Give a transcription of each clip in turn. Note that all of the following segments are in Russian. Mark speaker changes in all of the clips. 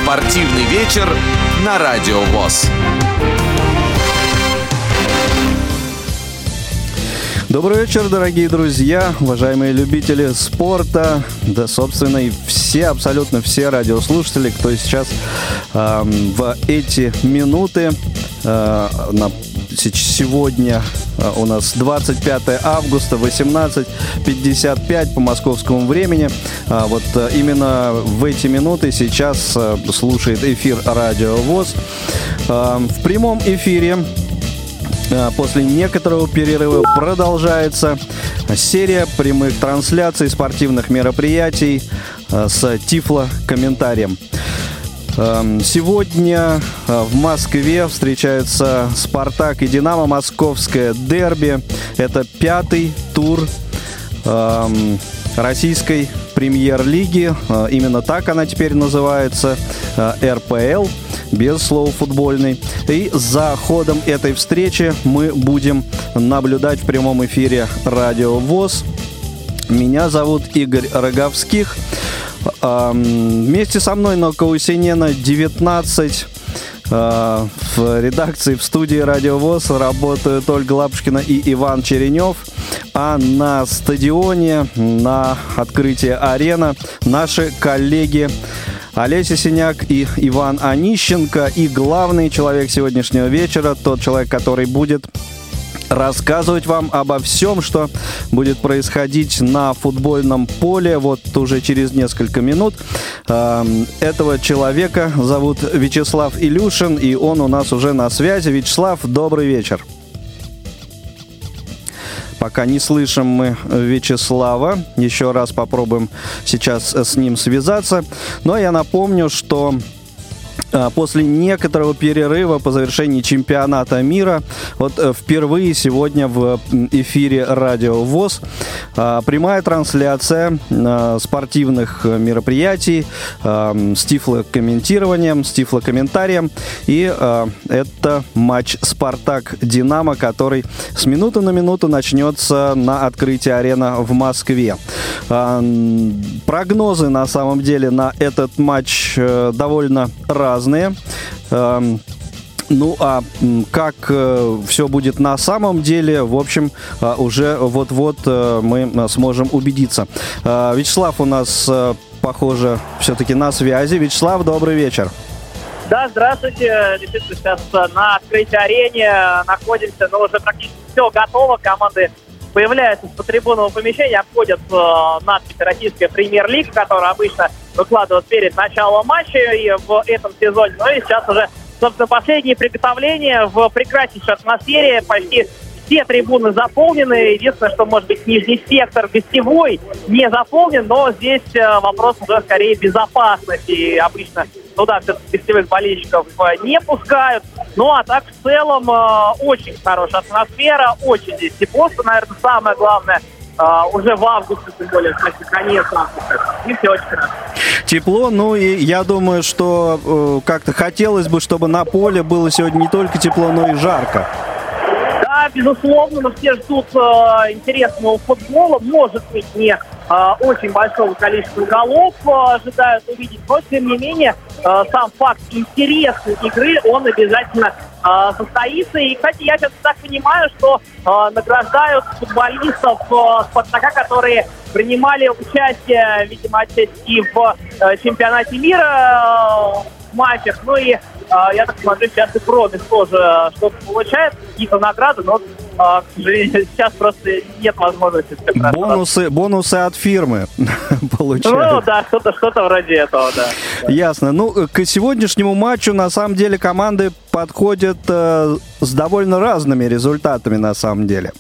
Speaker 1: Спортивный вечер на Радио ВОС.
Speaker 2: Добрый вечер, дорогие друзья, уважаемые любители спорта, да, собственно, и абсолютно все радиослушатели, кто сейчас в эти минуты, сегодня у нас 25 августа, 18:55 по московскому времени. Вот именно в эти минуты сейчас слушает эфир Радио ВОС. В прямом эфире после некоторого перерыва продолжается серия прямых трансляций спортивных мероприятий с тифлокомментарием. Сегодня в Москве встречаются «Спартак» и «Динамо», московское дерби. Это 5-й тур российской премьер-лиги. Именно так она теперь называется, РПЛ, без слова «футбольный». И за ходом этой встречи мы будем наблюдать в прямом эфире Радио ВОС. Меня зовут Игорь Роговских. Вместе со мной на Каусинена 19 в редакции, в студии Радио ВОС работают Ольга Лапушкина и Иван Черенев. А на стадионе, на открытии арена наши коллеги Олеся Синяк и Иван Онищенко. И главный человек сегодняшнего вечера, тот человек, который будет рассказывать вам обо всем, что будет происходить на футбольном поле вот уже через несколько минут. Этого человека зовут Вячеслав Илюшин, и он у нас уже на связи. Вячеслав, добрый вечер. Пока не слышим мы Вячеслава. Еще раз попробуем сейчас с ним связаться. Но я напомню, что после некоторого перерыва по завершении чемпионата мира, вот впервые сегодня в эфире Радио ВОС прямая трансляция спортивных мероприятий с тифлокомментированием, с тифлокомментарием. И это матч «Спартак-Динамо», который с минуты на минуту начнется на открытии арены в Москве. Прогнозы на самом деле на этот матч довольно разные. Ну, а как все будет на самом деле, в общем, уже вот-вот мы сможем убедиться. Вячеслав у нас, похоже, все-таки на связи. Вячеслав, добрый вечер.
Speaker 3: Да, здравствуйте. Действительно, сейчас на открытой арене находимся, но уже практически все готово. Команды появляются с трибунного помещения, обходят надпись «Российская премьер-лига», которую обычно выкладывают перед началом матча и в этом сезоне. Ну и сейчас уже, собственно, последние приготовления в прекраснейшей атмосфере. Почти все трибуны заполнены. Единственное, что, может быть, нижний сектор гостевой не заполнен, но здесь вопрос уже скорее безопасности. И обычно туда все-таки гостевых болельщиков не пускают. Ну, а так, в целом, очень хорошая атмосфера, очень здесь тепло, что, наверное, самое главное, уже в августе, тем более, кстати, конец августа. И все очень хорошо.
Speaker 2: Тепло, ну и я думаю, что как-то хотелось бы, чтобы на поле было сегодня не только тепло, но и жарко.
Speaker 3: Да, безусловно, но все ждут интересного футбола. Может быть, не очень большого количества голов ожидают увидеть, но, тем не менее, сам факт интересной игры, он обязательно состоится. И, кстати, я сейчас так понимаю, что награждают футболистов «Спартака», которые принимали участие, видимо, отчасти в чемпионате мира в матчах. Ну и я так смотрю, сейчас и Промис тоже что-то получает, какие-то награды, но, к сожалению, сейчас просто нет возможности.
Speaker 2: Бонусы от фирмы получают.
Speaker 3: Ну да, что-то вроде этого, да.
Speaker 2: Ясно. Ну, к сегодняшнему матчу, на самом деле, команды подходят с довольно разными результатами, на самом деле.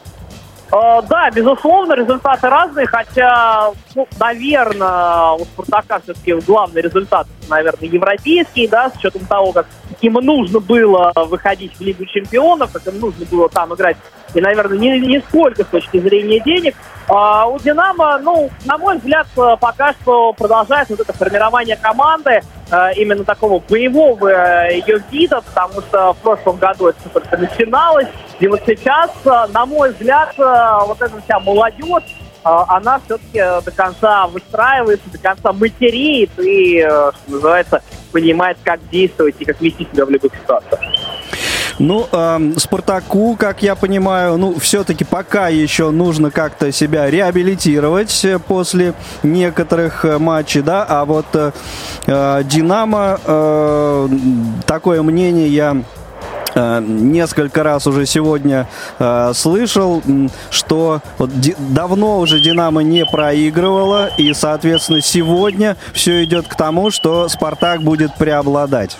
Speaker 3: Да, безусловно, результаты разные, хотя, наверное, у «Спартака» все-таки главный результат, наверное, европейский, да, с учетом того, как им нужно было выходить в Лигу чемпионов, как им нужно было там играть, и, наверное, не сколько с точки зрения денег. А у «Динамо», на мой взгляд, пока что продолжается вот это формирование команды, именно такого боевого ее вида, потому что в прошлом году это только начиналось. И вот сейчас, на мой взгляд, вот эта вся молодежь, она все-таки до конца выстраивается, до конца матереет и, что называется, понимает, как действовать и как вести себя в любых ситуациях.
Speaker 2: Ну, Спартаку, как я понимаю, все-таки пока еще нужно как-то себя реабилитировать после некоторых матчей, да, а вот Динамо, такое мнение я несколько раз уже сегодня слышал, что вот давно уже Динамо не проигрывала, и, соответственно, сегодня все идет к тому, что Спартак будет преобладать.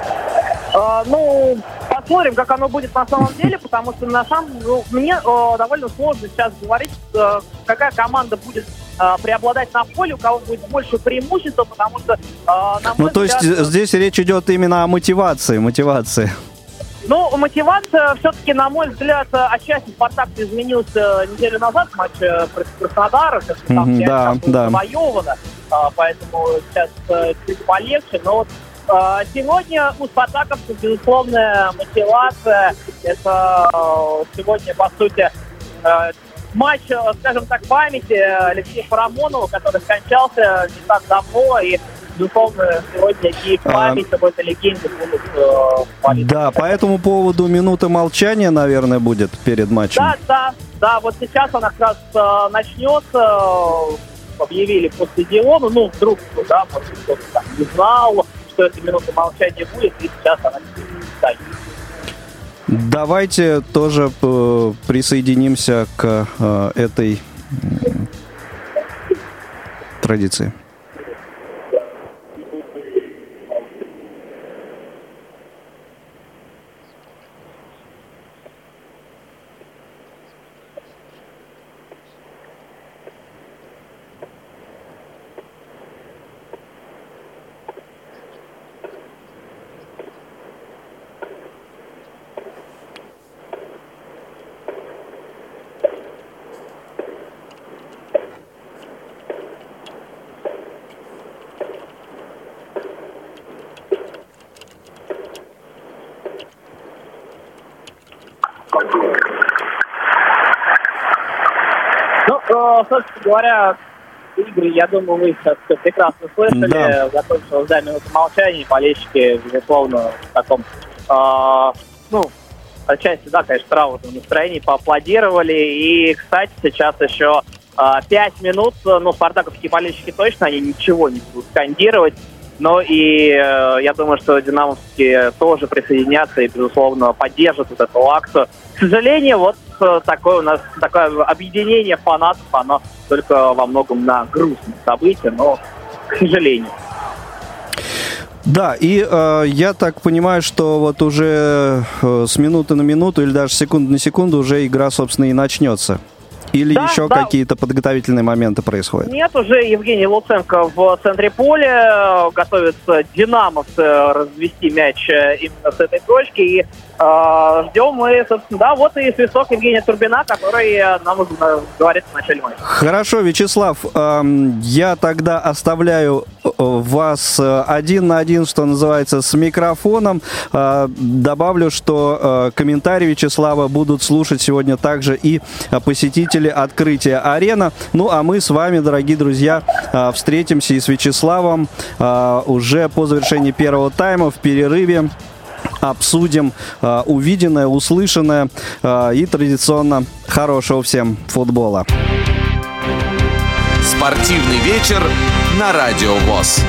Speaker 3: Посмотрим, как оно будет на самом деле, потому что мне довольно сложно сейчас говорить, какая команда будет преобладать на поле, у кого будет больше преимущества, потому что, на мой
Speaker 2: то есть здесь речь идет именно о мотивации. Мотивация,
Speaker 3: все-таки, на мой взгляд, отчасти Спартак изменился неделю назад в матче против Краснодара, там завоевано, поэтому сейчас чуть полегче, но сегодня у спартаковцев безусловная мотивация. Это сегодня, по сути, матч, скажем так, памяти Алексея Парамонова, который скончался не так давно, и безусловно, сегодня и в память об этой легенде будут молиться.
Speaker 2: Да, по этому поводу минута молчания, наверное, будет перед матчем.
Speaker 3: Да, вот сейчас она как раз начнется, объявили по стадиону, вдруг, да, может, кто-то там не знал, что эта минута молчания будет, и сейчас она станет.
Speaker 2: Давайте тоже присоединимся к этой традиции.
Speaker 3: Собственно говоря, игры, я думаю, вы сейчас все прекрасно слышали. Да. Закончилась минута молчания, болельщики, безусловно, в таком, отчасти, да, конечно, траурном настроении поаплодировали. И, кстати, сейчас еще 5 минут, спартаковские болельщики точно, они ничего не будут скандировать. Но и я думаю, что динамовские тоже присоединятся и, безусловно, поддержат вот эту акцию. К сожалению, такое объединение фанатов, оно только во многом на грустных событиях, но к сожалению.
Speaker 2: Да, и я так понимаю, что вот уже с минуты на минуту или даже секунду на секунду уже игра, собственно, и начнется. Или еще какие-то подготовительные моменты происходят?
Speaker 3: Нет, уже Евгений Луценко в центре поля. Готовится динамовцы развести мяч именно с этой точки. И ждем мы, собственно, и свисток Евгения Турбина, который нам говорит в начале матча.
Speaker 2: Хорошо, Вячеслав, я тогда оставляю вас 1 на 1, что называется, с микрофоном. Добавлю, что комментарии Вячеслава будут слушать сегодня также и посетители открытия арены. А мы с вами, дорогие друзья, встретимся и с Вячеславом уже по завершении первого тайма в перерыве. Обсудим увиденное, услышанное и традиционно хорошего всем футбола.
Speaker 1: Спортивный вечер на Радио ВОС.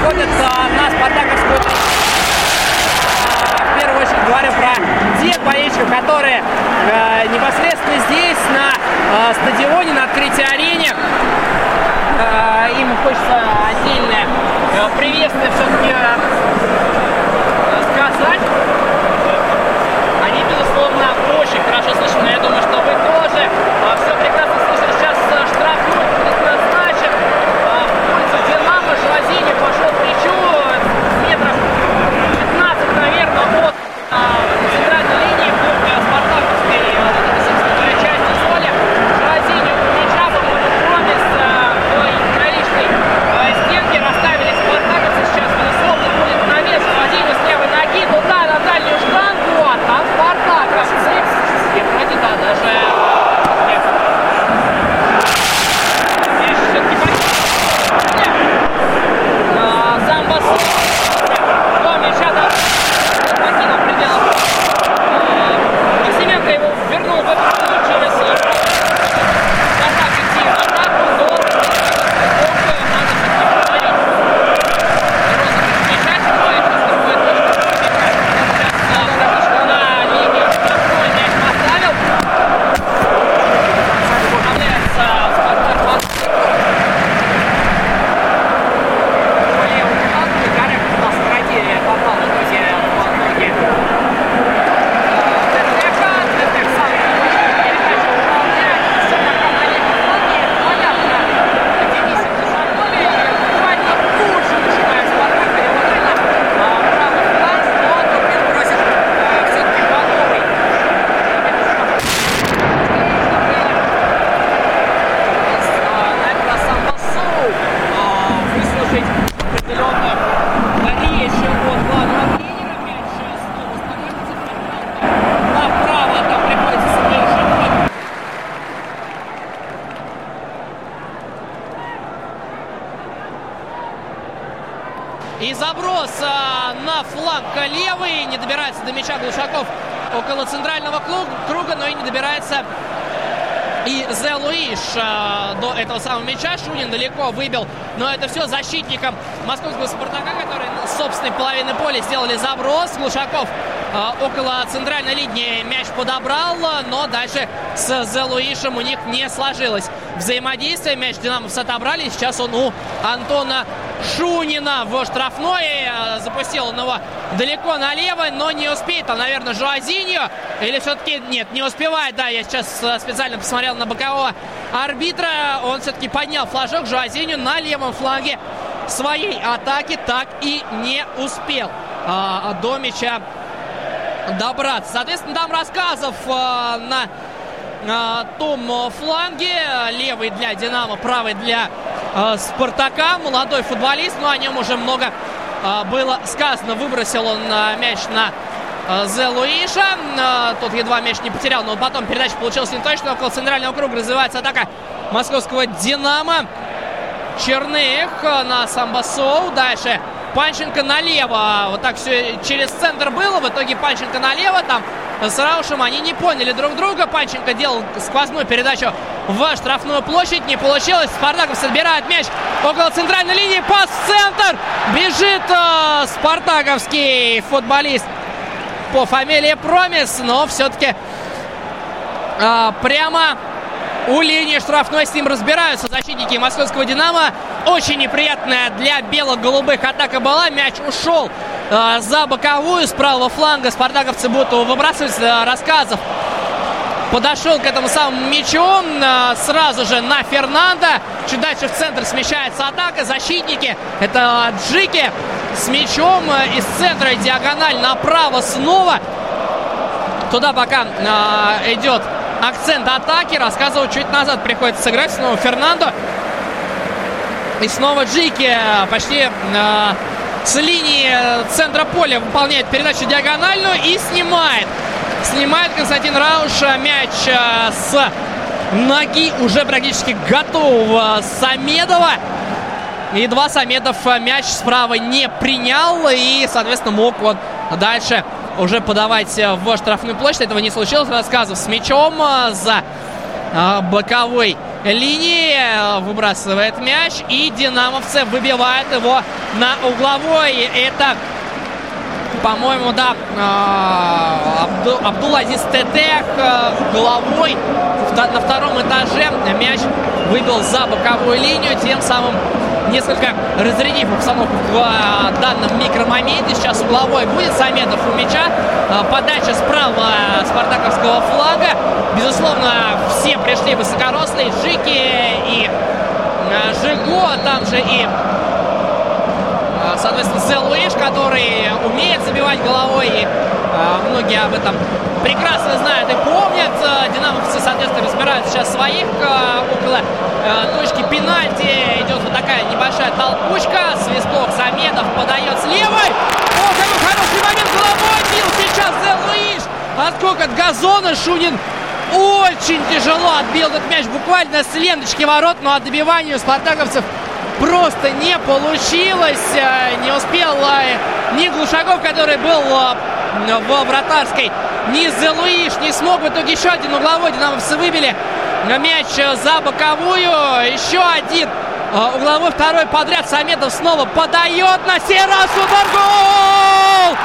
Speaker 4: выходят на спартаковскую. В первую очередь говорю про тех болельщиков, которые непосредственно здесь, на стадионе, на открытой арене. Им хочется отдельное приветствие все-таки сказать. Они, безусловно, очень хорошо слышат, но я думаю, что вы тоже все прекрасно слышали. Сейчас штрафной будет назначен. Пользу «Динамо». Жуазини пошел к мячу метров 15, наверное, от центральной линии вдоль спартаковской части поля. Жуазини у мяча выходит Промис в личной стенке. Расставили спартаковцы. Сейчас, безусловно, будет навес. Жуазини с левой ноги туда, на дальнюю штангу. А там спартаковцы. И вроде, да, даже... Самбасу до мяча покинул пределы. Максименко его вернул в эту через контакт идти в атаку, но надо все-таки на линию штрафной мяч поставил. Управляется Спартак. Попал на друзья в ноги. ТТК сам передачу управляет. Все пока на левом фланге. Понятно. Денисов Жан-Поли. Буквально тут же начинает Спартак переводить на правый фланг. Но Турбин бросит все-таки по новой. Наверное, Самбасу выслушать определенную еще вот главного тренера. Мяч снова становится направо, там приходится совершить. И заброс на фланг левый. Не добирается до мяча Глушаков около центрального круга, но и не добирается и Зе Луиш до этого самого мяча. Шунин далеко выбил, но это все защитникам московского «Спартака», которые с собственной половины поля сделали заброс. Глушаков около центральной линии мяч подобрал, но дальше с Зе Луишем у них не сложилось взаимодействие. Мяч динамовцы отобрали. Сейчас он у Антона Шунина в штрафной. Запустил он его далеко налево, но не успеет. Там, наверное, Жуазиньо. Или все-таки нет, не успевает. Да, я сейчас специально посмотрел на бокового арбитра. Он все-таки поднял флажок. Жуазиньо на левом фланге своей атаки так и не успел до мяча добраться. Соответственно, там рассказов на том фланге. Левый для «Динамо», правый для «Спартака». Молодой футболист, но о нем уже много было сказано. Выбросил он мяч на Зе Луиша. Тут едва мяч не потерял, но потом передача получилась не точно. Около центрального круга развивается атака московского «Динамо». Черных на Самбасоу. Дальше Панченко налево. Вот так все через центр было. В итоге Панченко налево. Там с Раушем они не поняли друг друга. Панченко делал сквозную передачу в штрафную площадь. Не получилось. Спартаков собирает мяч около центральной линии. Пас в центр. Бежит спартаковский футболист по фамилии Промис. Но все-таки прямо у линии штрафной с ним разбираются защитники московского «Динамо». Очень неприятная для бело-голубых атака была. Мяч ушел за боковую. С правого фланга спартаковцы будут его выбрасывать. Рассказов подошел к этому самому мячу. Сразу же на Фернандо. Чуть дальше в центр смещается атака. Защитники. Это Джики с мячом из центра диагональ направо снова. Туда пока идет акцент атаки. Рассказывал, чуть назад приходится сыграть. Снова Фернандо. И снова Джики почти с линии центра поля выполняет передачу диагональную и снимает. Снимает Константин Рауш мяч с ноги уже практически готового Самедова. Едва Самедов мяч справа не принял. И, соответственно, мог он дальше уже подавать в штрафную площадь. Этого не случилось. Рассказов с мячом за боковой линии, выбрасывает мяч, и динамовцы выбивают его на угловой. Это, по-моему, да, Абдул-Азиз Тетех головой на втором этаже мяч выбил за боковую линию, тем самым несколько разрядив обстановку в данном микромоменте. Сейчас угловой будет, Самедов у мяча, подача справа спартаковского флага. Безусловно, все пришли высокорослые, Жики и Жиго, там же и, соответственно, Зелуиш, который умеет забивать головой, и многие об этом прекрасно знают и помнят. Динамовцы, соответственно, разбирают сейчас своих около точки пенальти. Идет вот такая небольшая толкучка. Свисток, Самедов подает с левой. О, какой хороший момент, головой бил сейчас Зелуиш. Отскок от газона. Шунин очень тяжело отбил этот мяч буквально с ленточки ворот, но от добивания у спартаковцев просто не получилось. Не успел ни Глушаков, который был в вратарской, ни Зелуиш не смог. В итоге еще один угловой. Динамовцы выбили мяч за боковую. Еще один угловой, второй подряд. Самедов снова подает. На сей раз удар, гол!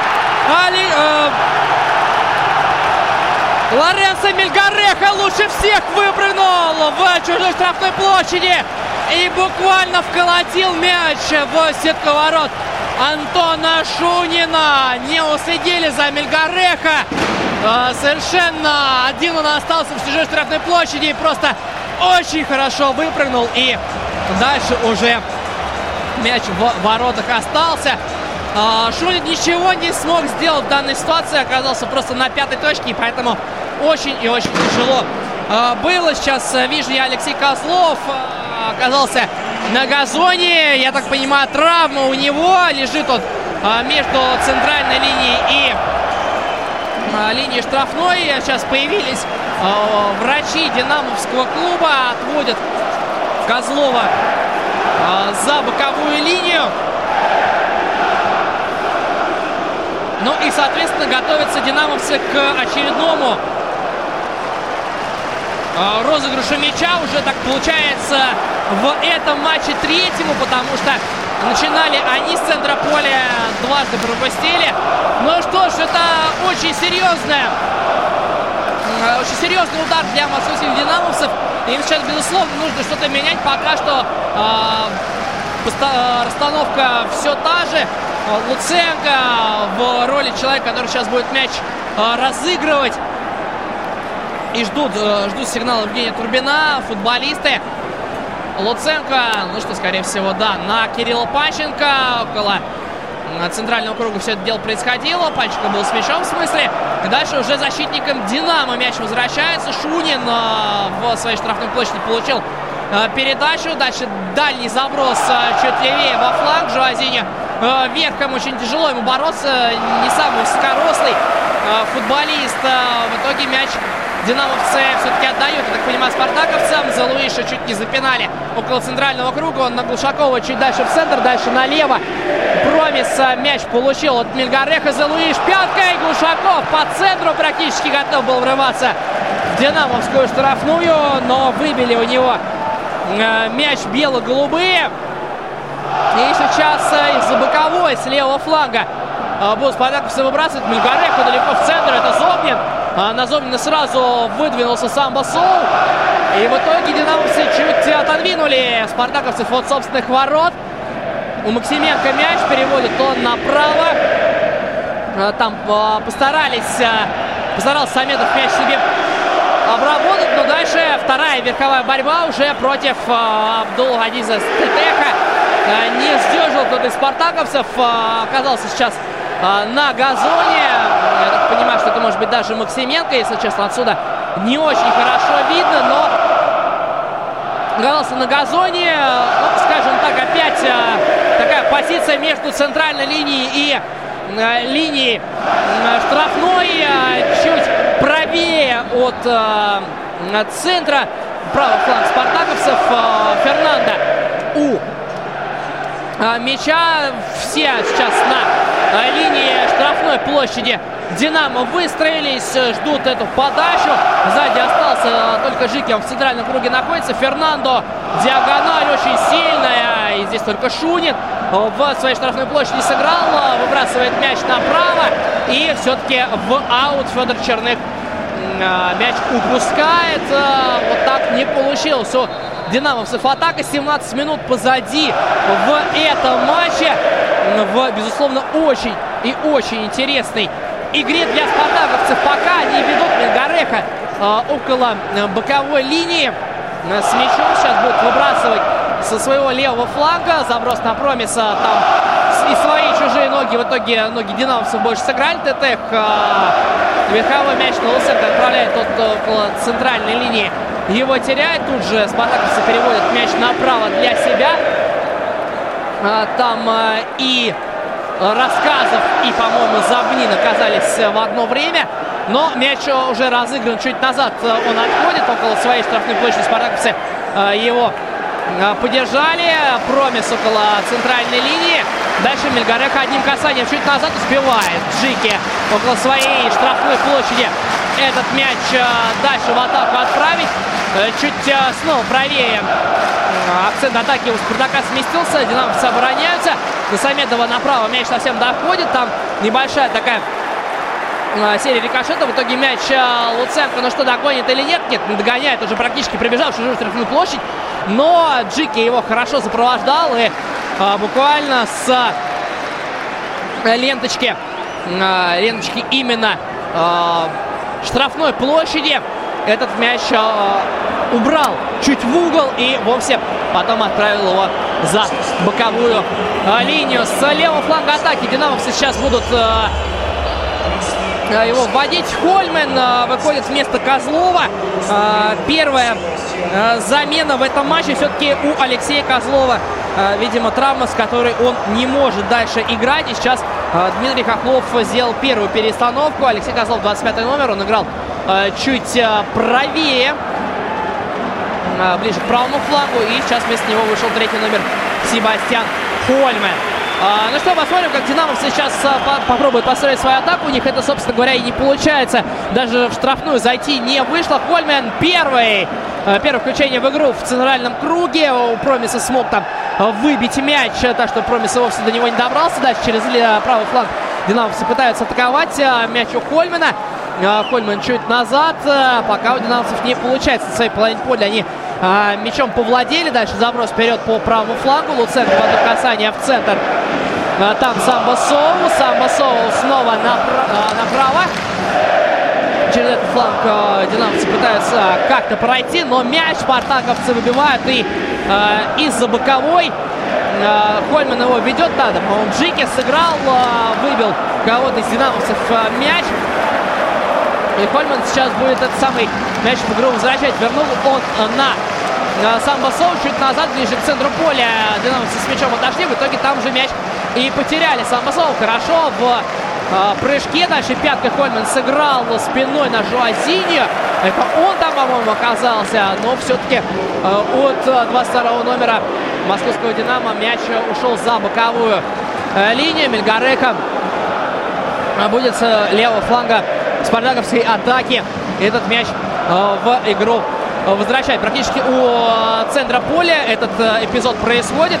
Speaker 4: Лоренцо Мельгареха лучше всех выпрыгнул в чужой штрафной площади и буквально вколотил мяч в сетку ворот Антона Шунина. Не уследили за Мельгареха. Совершенно один он остался в чужой штрафной площади и просто очень хорошо выпрыгнул. И дальше уже мяч в воротах остался. Шунин ничего не смог сделать в данной ситуации. Оказался просто на пятой точке, и поэтому очень и очень тяжело было. Сейчас вижу я, Алексей Козлов оказался на газоне. Я так понимаю, травма у него. Лежит он между центральной линией и линией штрафной. Сейчас появились врачи динамовского клуба. Отводят Козлова за боковую линию. Ну и, соответственно, готовятся динамовцы к очередному розыгрышу мяча. Уже так получается в этом матче третьему, потому что начинали они с центра поля, дважды пропустили. Ну что ж, это очень серьезный удар для московских динамовцев. Им сейчас, безусловно, нужно что-то менять. Пока что расстановка все та же. Луценко в роли человека, который сейчас будет мяч разыгрывать. И ждут сигнала Евгения Турбина футболисты. Луценко, ну что, скорее всего, да, на Кирилла Панченко. Около центрального круга все это дело происходило. Панченко был с мячом, в смысле. И дальше уже защитникам Динамо мяч возвращается. Шунин в своей штрафной площади получил передачу. Дальше дальний заброс чуть левее во фланг. Жуазиньо верхом, очень тяжело ему бороться. Не самый высокорослый футболист. В итоге мяч динамовцы все-таки отдают, я так понимаю, спартаковцам. Зелуиша чуть не запинали около центрального круга. Он на Глушакова чуть дальше в центр, дальше налево. Промис мяч получил от Мельгареха. Зелуиш пяткой. Глушаков по центру практически готов был врываться в динамовскую штрафную, но выбили у него мяч бело-голубые. И сейчас из-за боковой, с левого фланга будут спартаковцы выбрасывать. Мельгареха далеко в центр, это Зобнин. На Зобнина сразу выдвинулся сам Басоу. И в итоге динамовцы чуть отодвинули спартаковцев от собственных ворот. У Максименко мяч, переводит он направо. Там постарался Самедов мяч себе обработать. Но дальше вторая верховая борьба уже против Абдул-Азиза Тетеха. Не сдержал кто-то из спартаковцев. Оказался сейчас на газоне. Я так понимаю, что это может быть даже Максименко, если честно, отсюда не очень хорошо видно, но оказался на газоне. Ну, скажем так, опять такая позиция между центральной линией и линией штрафной. Чуть правее от центра. Правый фланг спартаковцев. Фернандо у мяча. Все сейчас на линии штрафной площади Динамо выстроились, ждут эту подачу. Сзади остался только Жики, он в центральном круге находится. Фернандо, диагональ очень сильная. И здесь только Шунин в своей штрафной площади сыграл. Выбрасывает мяч направо. И все-таки в аут Федор Черных мяч упускает. Вот так не получилось у динамовцев атака. 17 минут позади в этом матче. В, безусловно, очень и очень интересной игре для спартаковцев. Пока они ведут Мельгареха около боковой линии. С мячом сейчас будут выбрасывать со своего левого фланга. Заброс на Промиса. Там и свои, и чужие ноги. В итоге ноги динамовцев больше сыграли. Тетех верховой мяч на Луценко отправляет тот около центральной линии. Его теряет. Тут же спартаковцы переводят мяч направо для себя. Там и Рассказов, и, по-моему, Забнин оказались в одно время. Но мяч уже разыгран чуть назад. Он отходит около своей штрафной площади. Спартаковцы его поддержали. Промис около центральной линии. Дальше Мельгареха одним касанием чуть назад успевает. Джики около своей штрафной площади этот мяч дальше в атаку отправить. Чуть снова правее акцент атаки у Спартака сместился. Динамовцы обороняются. До Самедова направо мяч совсем доходит. Там небольшая такая серия рикошетов. В итоге мяч Луценко, ну что, догонит или нет? Нет, не догоняет. Уже практически прибежал в чужую штрафную площадь. Но Джики его хорошо сопровождал. И буквально с ленточки именно штрафной площади этот мяч убрал чуть в угол и вовсе потом отправил его за боковую линию. С левого фланга атаки динамовцы сейчас будут его вводить. Хольмен выходит вместо Козлова. Первая замена в этом матче все-таки у Алексея Козлова. Видимо, травма, с которой он не может дальше играть. И сейчас Дмитрий Хохлов сделал первую перестановку. Алексей Козлов, 25 номер. Он играл чуть правее, ближе к правому флангу. И сейчас вместо него вышел третий номер Себастьян Хольмен. Ну что, посмотрим, как динамовцы сейчас попробуют построить свою атаку. У них это, собственно говоря, и не получается. Даже в штрафную зайти не вышло. Хольмен первое включение в игру в центральном круге. У Промиса смог там выбить мяч, так что Промис вовсе до него не добрался. Дальше через правый фланг динамовцы пытаются атаковать. Мяч у Хольмена. Хольмен чуть назад. Пока у динамовцев не получается. На своей половине поля они мячом повладели. Дальше заброс вперед по правому флангу. Луценко в одно касание в центр. Там Самбо Соу. Самбо Соу снова направо. Через этот фланг динамовцы пытаются как-то пройти. Но мяч спартаковцы выбивают. И из-за боковой Хольмен его ведет. Надо, по-моему, Джики сыграл. Выбил кого-то из динамовцев мяч. И Хольмен сейчас будет этот самый мяч в игру возвращать. Вернул он на Самбо Соу чуть назад, ближе к центру поля. Динамовцы с мячом отошли. В итоге там же мяч и потеряли. Самбо Соу хорошо в прыжке. Дальше пяткой Хольмен сыграл спиной на Жуазиньо. Это он там, по-моему, оказался. Но все-таки от 22 номера московского «Динамо» мяч ушел за боковую линию. Мельгареха будет с левого фланга спартаковской атаки этот мяч в игру возвращать. Практически у центра поля этот эпизод происходит.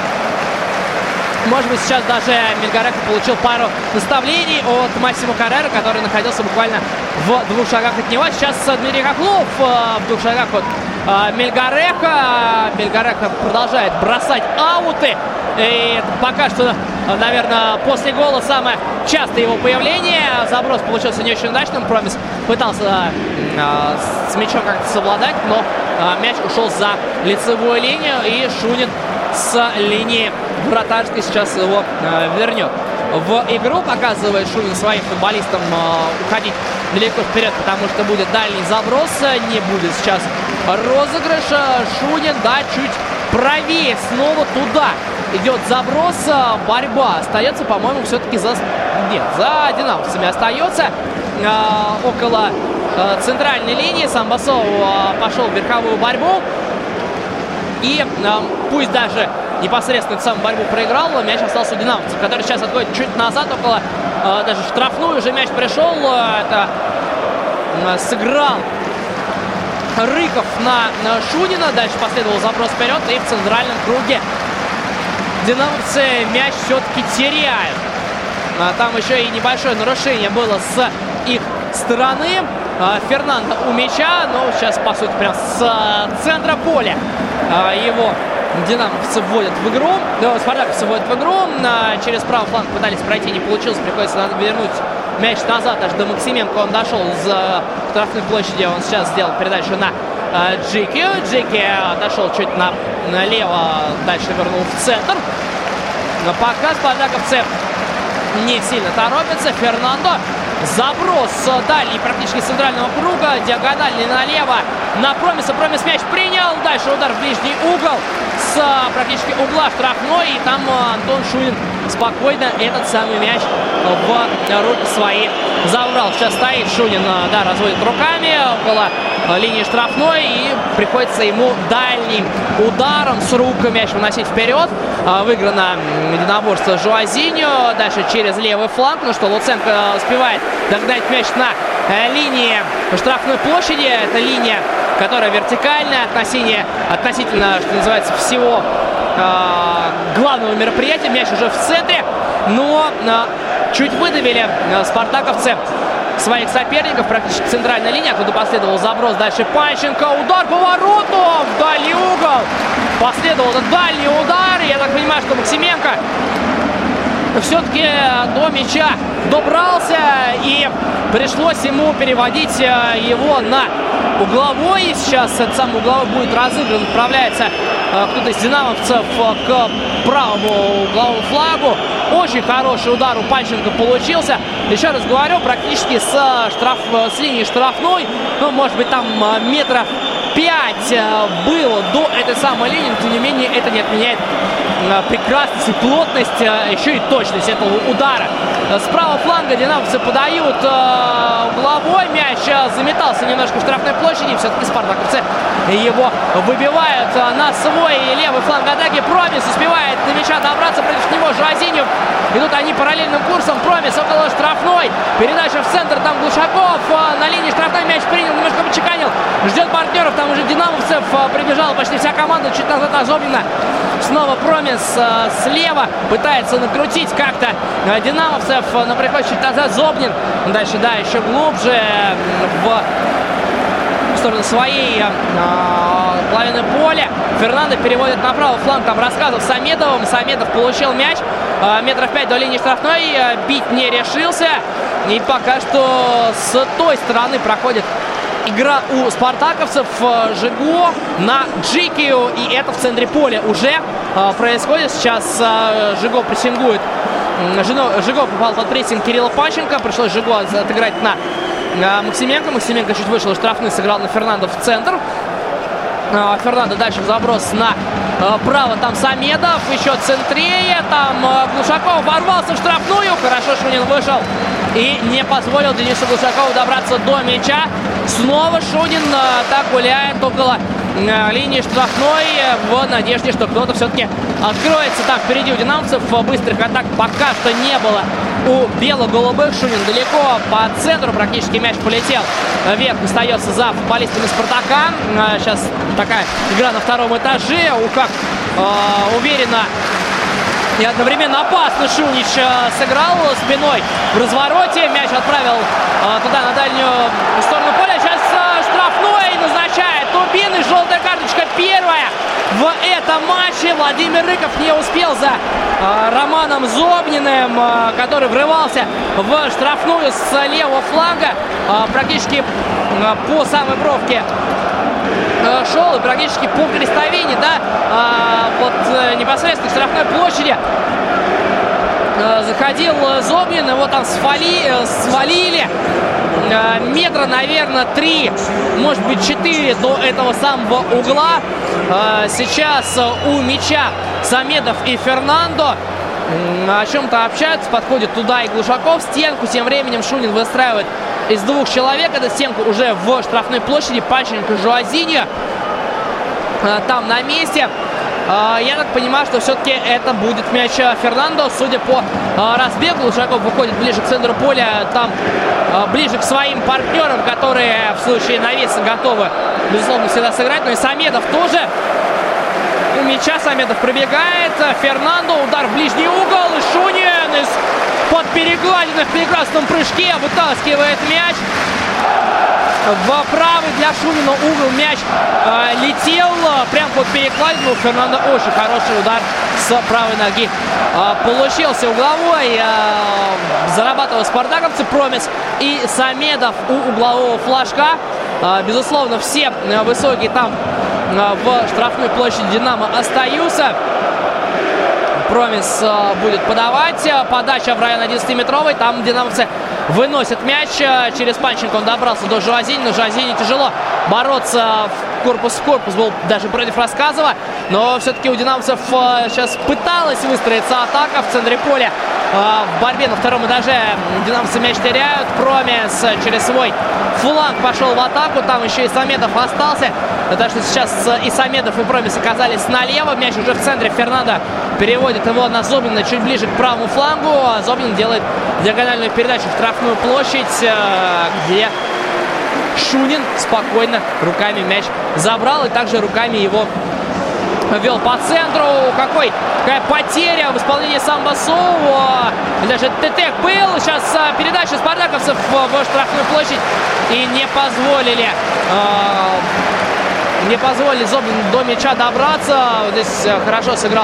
Speaker 4: Может быть, сейчас даже Мельгареха получил пару наставлений от Массимо Каррера, который находился буквально в 2 шагах от него. Сейчас Дмитрий Хохлов в 2 шагах от Мельгареха. Мельгареха продолжает бросать ауты. И пока что, наверное, после гола самое частое его появление. Заброс получился не очень удачным. Промис пытался с мячом как-то совладать, но мяч ушел за лицевую линию. И Шунин с линии вратарской сейчас его вернет в игру. Показывает Шунин своим футболистам уходить далеко вперед, потому что будет дальний заброс. Не будет сейчас розыгрыша. Шунин, да, чуть правее, снова туда идет заброс. Борьба остается, по-моему, все-таки за динамовцами остается. Около центральной линии Самбо Соу пошел в верховую борьбу. И пусть даже непосредственно эту самую борьбу проиграл, мяч остался у динамовцев, который сейчас отходит чуть назад, около даже в штрафную уже мяч пришел. Это сыграл Рыков на Шунина. Дальше последовал заброс вперед. И в центральном круге динамовцы мяч все-таки теряют. Там еще и небольшое нарушение было с их стороны. Фернандо у мяча. Но сейчас, по сути, прям с центра поля его динамовцы вводят в игру. Спартаковцы вводят в игру. Через правый фланг пытались пройти, не получилось. Приходится вернуть мяч назад. Аж до Максименко он дошел с штрафной площади. Он сейчас сделал передачу на Джики. Джики дошел чуть налево. Дальше вернул в центр. Но пока спартаковцы не сильно торопятся. Фернандо. Заброс дальний практически с центрального круга. Диагональный налево на Промиса. Промис мяч принял. Дальше удар в ближний угол с практически угла штрафной. И там Антон Шунин спокойно этот самый мяч в руки свои забрал. Сейчас стоит Шунин, да, разводит руками около линии штрафной. И приходится ему дальним ударом с рук мяч выносить вперед. Выиграно единоборство Жуазиньо. Дальше через левый фланг. Ну что, Луценко успевает догнать мяч на линии штрафной площади. Это линия, которая вертикальная относительно, что называется, всего главного мероприятия. Мяч уже в центре, но чуть выдавили спартаковцы своих соперников практически центральной линии. Оттуда последовал заброс. Дальше Панченко. Удар по вороту. В дальний угол. Последовал этот дальний удар. Я так понимаю, что Максименко все-таки до мяча добрался. И пришлось ему переводить его на угловой. Сейчас этот самый угловой будет разыгран. Отправляется кто-то из динамовцев к правому угловому флагу. Очень хороший удар у Панченко получился. Еще раз говорю, практически с линии штрафной. Ну, может быть, там метров 5 было до этой самой линии. Но, тем не менее, это не отменяет прекрасность и плотность, еще и точность этого удара. С правого фланга динамовцы подают угловой. Мяч заметался немножко в штрафной площади. Все-таки спартаковцы его выбивают на свой левый фланг атаки. Промис успевает до мяча добраться, против него Жуазиньо. Идут они параллельным курсом. Промис около штрафной. Передача в центр. Там Глушаков на линии штрафной мяч принял. Немножко почеканил. Ждет партнеров. Там уже динамовцев прибежала почти вся команда. Чуть назад Озобнина. Снова Промис слева. Пытается накрутить как-то динамовцев. Но приходит чуть назад Зобнин. Дальше, да, еще глубже в сторону своей половины поля. Фернандо переводит на правый фланг. Там рассказов с Самедовым. Самедов получил мяч. Метров 5 до линии штрафной. Бить не решился. И пока что с той стороны проходит игра у спартаковцев. Жиго на Джикию. И это в центре поля уже происходит. Сейчас Жиго прессингует. Жиго попал под прессинг Кирилла Панченко. Пришлось Жиго отыграть на Максименко. Максименко чуть вышел штрафный, сыграл на Фернандо в центр. Фернандо дальше в заброс на право. Там Самедов, еще центрее. Там Глушаков ворвался в штрафную. Хорошо Шунин вышел и не позволил Денису Глушакову добраться до мяча. Снова Шунин так гуляет около линии штрафной в надежде, что кто-то все-таки откроется. Там впереди у динамовцев быстрых атак пока что не было. У бело-голубых Шунин далеко по центру, практически мяч полетел вверх, остается за футболистами Спартака. Сейчас такая игра на втором этаже. Как уверенно и одновременно опасно Шунич сыграл спиной в развороте. Мяч отправил туда, на дальнюю сторону поля. Сейчас штрафной назначает Тубин. И желтая карточка первая в этом матче. Владимир Рыков не успел за Романом Зобниным, который врывался в штрафную с левого фланга. Практически по самой бровке шел и практически по крестовине, да, вот непосредственно к штрафной площади заходил Зобнин, его там свалили метра, наверное, 3, может быть 4 до этого самого угла. Сейчас у мяча Самедов и Фернандо о чем-то общаются, подходит туда и Глушаков. Стенку тем временем Шунин выстраивает из двух человек. Эта стенка уже в штрафной площади. Панченко, Жуазиньо там на месте. Я так понимаю, что все-таки это будет мяч Фернандо. Судя по разбегу, Лушаков выходит ближе к центру поля, там ближе к своим партнерам, которые в случае навеса готовы, безусловно, всегда сыграть. Но и Самедов тоже у мяча. Самедов пробегает. Фернандо, удар в ближний угол. И Шунин из-под перекладины в прекрасном прыжке вытаскивает мяч. В правый для Шунина угол мяч летел прямо под перекладину. У Фернандо очень хороший удар с правой ноги получился угловой. Зарабатывал спартаковцы. Промес и Самедов у углового флажка. Безусловно, все высокие там в штрафной площади Динамо остаются. Промес будет подавать. Подача в район 11-метровой. Там динамовцы выносят мяч. Через Панченко он добрался до Жуазини. Но Жуазини тяжело бороться в корпус. Был даже против Рассказова. Но все-таки у динамовцев сейчас пыталась выстроиться атака в центре поля. В борьбе на втором этаже динамовцы мяч теряют. Промес через свой фланг пошел в атаку. Там еще и Самедов остался. Так что сейчас и Самедов, и Промес оказались налево. Мяч уже в центре. Фернандо переводит его на Зобнина чуть ближе к правому флангу. Зобнин делает диагональную передачу в штрафную площадь, где Шунин спокойно руками мяч забрал. И также руками его вел по центру. Какая потеря в исполнении Самбасова. Даже ТТ был. Сейчас передача спартаковцев в штрафную площадь. И не позволили Зобнину до мяча добраться. Вот здесь хорошо сыграл,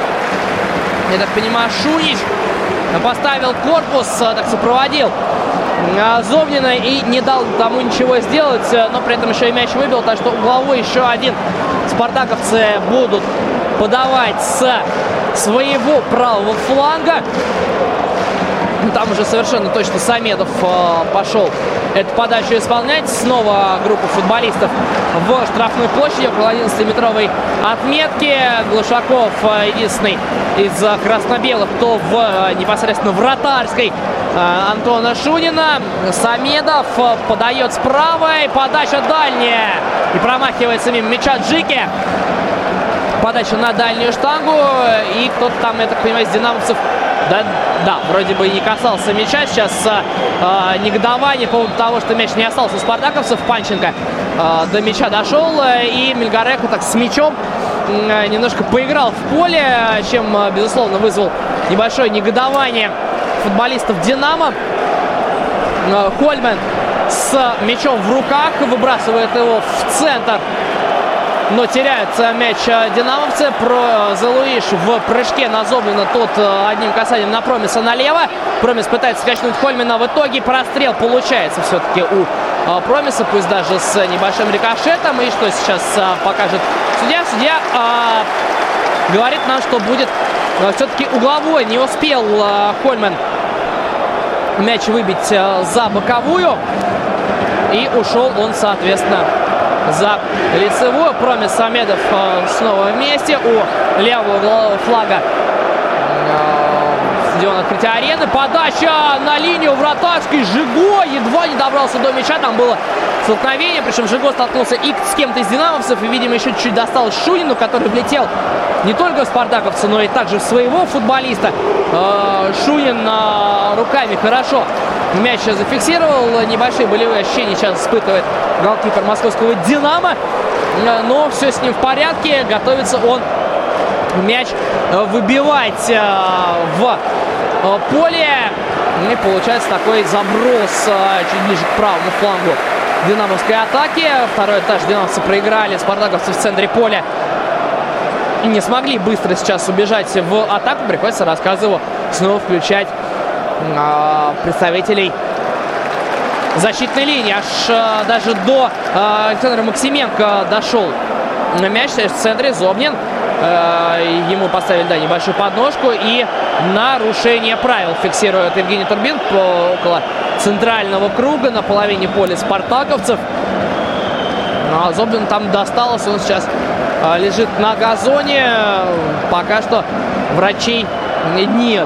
Speaker 4: я так понимаю, Шунич. Поставил корпус, так сопроводил Зобнина и не дал тому ничего сделать. Но при этом еще и мяч выбил. Так что угловой еще один спартаковцы будут подавать с своего правого фланга. Там уже совершенно точно Самедов пошел эту подачу исполнять. Снова группа футболистов в штрафной площади около 11-метровой отметки. Глушаков единственный из красно-белых, кто непосредственно вратарской Антона Шунина. Самедов подает с правой. Подача дальняя. И промахивается мимо мяча Джики. Подача на дальнюю штангу. И кто-то там, я так понимаю, из динамовцев Да, вроде бы и не касался мяча. Сейчас негодование по поводу того, что мяч не остался у спартаковцев. Панченко до мяча дошел. И Мельгареко так с мячом немножко поиграл в поле, чем, безусловно, вызвал небольшое негодование футболистов «Динамо». Хольман с мячом в руках выбрасывает его в центр. Но теряется мяч динамовцы. Зелуиш в прыжке на Зобнина. Тот одним касанием на Промеса налево. Промес пытается скачнуть Хольмана. В итоге прострел получается все-таки у Промеса. Пусть даже с небольшим рикошетом. И что сейчас покажет судья? Судья говорит нам, что будет все-таки угловой. Не успел Хольман мяч выбить за боковую. И ушел он, соответственно, за лицевую. Промес Самедов снова вместе у левого углового флага стадиона открытия арены. Подача на линию вратарской. Жиго едва не добрался до мяча. Там было столкновение. Причем Жиго столкнулся и с кем-то из динамовцев. И, видимо, еще чуть-чуть досталось Шунину, который влетел не только в спартаковца, но и также в своего футболиста. Шунин руками хорошо мяч зафиксировал. Небольшие болевые ощущения сейчас испытывает голкипер московского «Динамо». Но все с ним в порядке. Готовится он мяч выбивать в поле. И получается такой заброс чуть ближе к правому флангу динамовской атаки. Второй этаж динамовцы проиграли. Спартаковцы в центре поля и не смогли быстро сейчас убежать в атаку. Приходится Рассказову снова включать представителей защитной линии. Аж даже до Александра Максименко дошел мяч в центре. Зобнин. Ему поставили, да, небольшую подножку. И нарушение правил фиксирует Евгений Турбин около центрального круга на половине поля спартаковцев. А Зобнин там досталось. Он сейчас лежит на газоне. Пока что врачей нет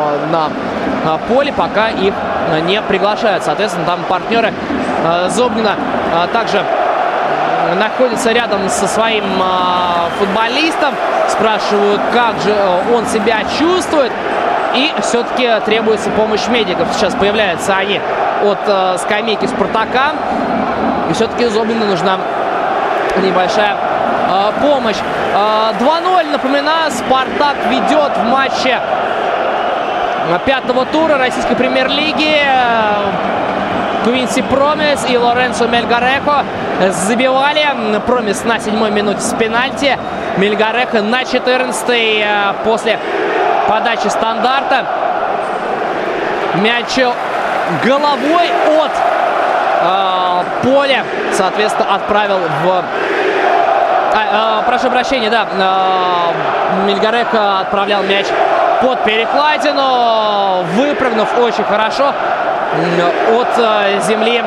Speaker 4: на поле, пока их не приглашают. Соответственно, там партнеры Зобнина также находится рядом со своим футболистом. Спрашивают, как же он себя чувствует. И все-таки требуется помощь медиков. Сейчас появляются они от скамейки Спартака. И все-таки Зобнину нужна небольшая помощь. 2-0, напоминаю, Спартак ведет в матче 5-го тура российской премьер-лиги. Квинси Промис и Лоренцо Мельгарехо забивали. Промис на 7-й минуте с пенальти. Мельгарехо на 14-й после подачи стандарта. Мяч головой от поля, соответственно, отправил в... прошу прощения, да. Мельгарехо отправлял мяч под перекладину, выпрыгнув очень хорошо от земли.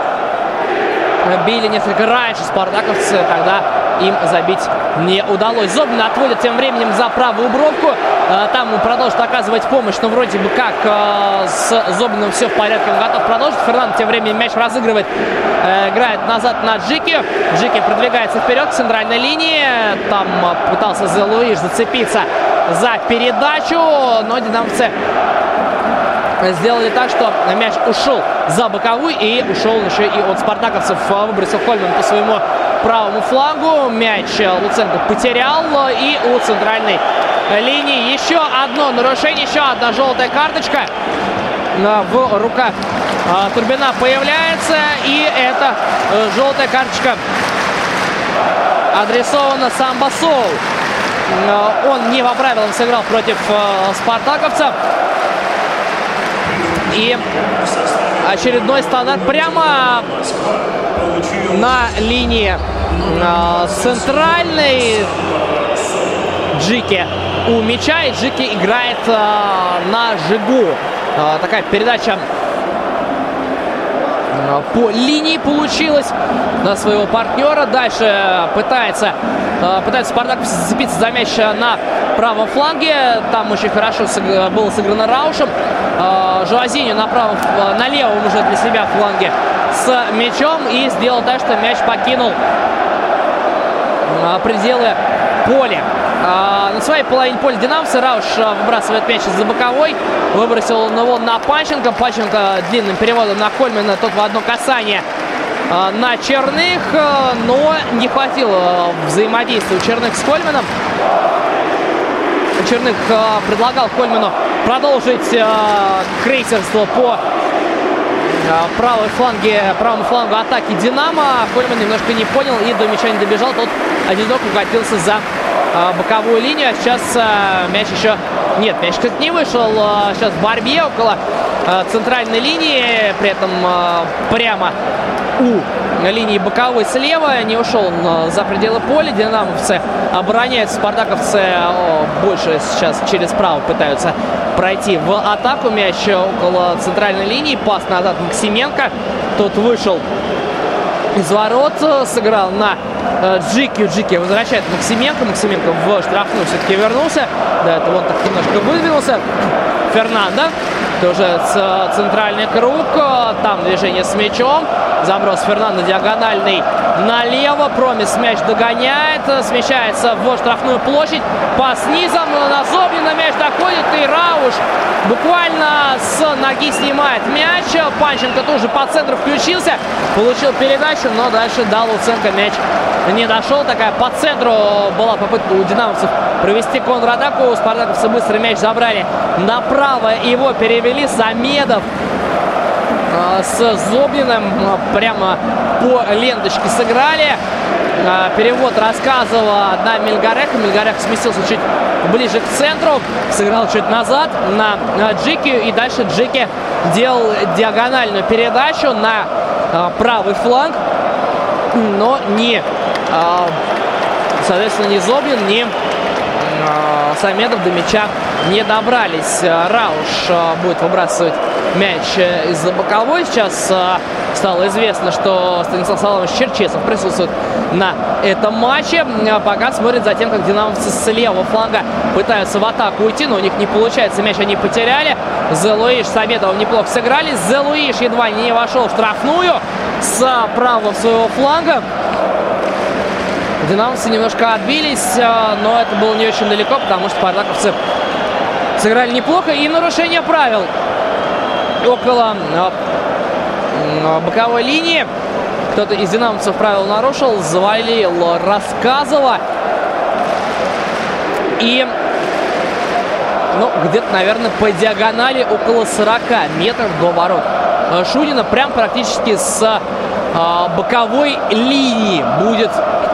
Speaker 4: Били несколько раньше спартаковцы, тогда им забить не удалось. Зобнин отводит тем временем за правую бровку. Там он продолжит оказывать помощь, но вроде бы как с Зобниным все в порядке, он готов продолжить. Фернандо тем временем мяч разыгрывает, играет назад на Джики. Джики продвигается вперед к центральной линии. Там пытался Зе Луиш зацепиться за передачу, но динамовцы сделали так, что мяч ушел за боковую и ушел еще и от спартаковцев. Выбросил Хольман по своему правому флангу. Мяч Луценко потерял, и у центральной линии еще одно нарушение, еще одна желтая карточка в руках Турбина появляется, и эта желтая карточка адресована Самбасову. Он не по правилам сыграл против спартаковцев. И очередной стандарт прямо на линии центральной. Джики у мяча, и Джики играет на Жигу. Такая передача по линии получилась на своего партнера. Дальше пытается Спартак зацепиться за мяч на правом фланге. Там очень хорошо было сыграно Раушем. Жуазиньо на левом уже для себя фланге с мячом и сделал так, что мяч покинул пределы поля. На своей половине поля динамовцы. Рауш выбрасывает мяч из-за боковой. Выбросил он его на Панченко. Панченко длинным переводом на Кольмана. Тот в одно касание на Черных. Но не хватило взаимодействия у Черных с Кольманом. Черных предлагал Кольману продолжить крейсерство по правому флангу атаки Динамо. Кольман немножко не понял и до мяча не добежал. Тот одинок укатился за боковую линию. А сейчас мяч еще... Нет, мяч, кстати, не вышел. Сейчас в борьбе около центральной линии. При этом прямо у линии боковой слева. Не ушел он за пределы поля. Динамовцы обороняются. Спартаковцы больше сейчас через право пытаются пройти в атаку. Мяч около центральной линии. Пас назад Максименко. Тот вышел из ворот, сыграл на Джики. Джики возвращает Максименко. Максименко в штрафную все-таки вернулся. До этого он так немножко выдвинулся. Фернандо. Тоже центральный круг. Там движение с мячом. Заброс Фернандо диагональный налево. Промис мяч догоняет. Смещается в штрафную площадь. Пас низом на Зобнина. Мяч доходит. И Рауш буквально с ноги снимает мяч. Панченко тоже по центру включился. Получил передачу, но дальше до Луценко мяч не дошел. Такая по центру была попытка у динамовцев провести контратаку. Спартаковцы быстро мяч забрали направо. Его перевели. Самедов с Зобниным прямо по ленточке сыграли. Перевод рассказывала на Мельгарехо. Мельгарехо сместился чуть ближе к центру. Сыграл чуть назад на Джики. И дальше Джики делал диагональную передачу на правый фланг. Но соответственно, ни Зобнин, ни Самедов до мяча не добрались. Рауш будет выбрасывать мяч из-за боковой. Сейчас стало известно, что Станислав Саламович Черчесов присутствует на этом матче. Пока смотрит за тем, как динамовцы с левого фланга пытаются в атаку уйти, но у них не получается. Мяч они потеряли. Зе Луиш с Самедовым неплохо сыграли. Зе Луиш едва не вошел в штрафную с правого своего фланга. Динамовцы немножко отбились, но это было не очень далеко, потому что спартаковцы сыграли неплохо. И нарушение правил около боковой линии. Кто-то из динамовцев правила нарушил, завалил Рассказова. И где-то, наверное, по диагонали около 40 метров до ворот Шунина, прям практически с боковой линии будет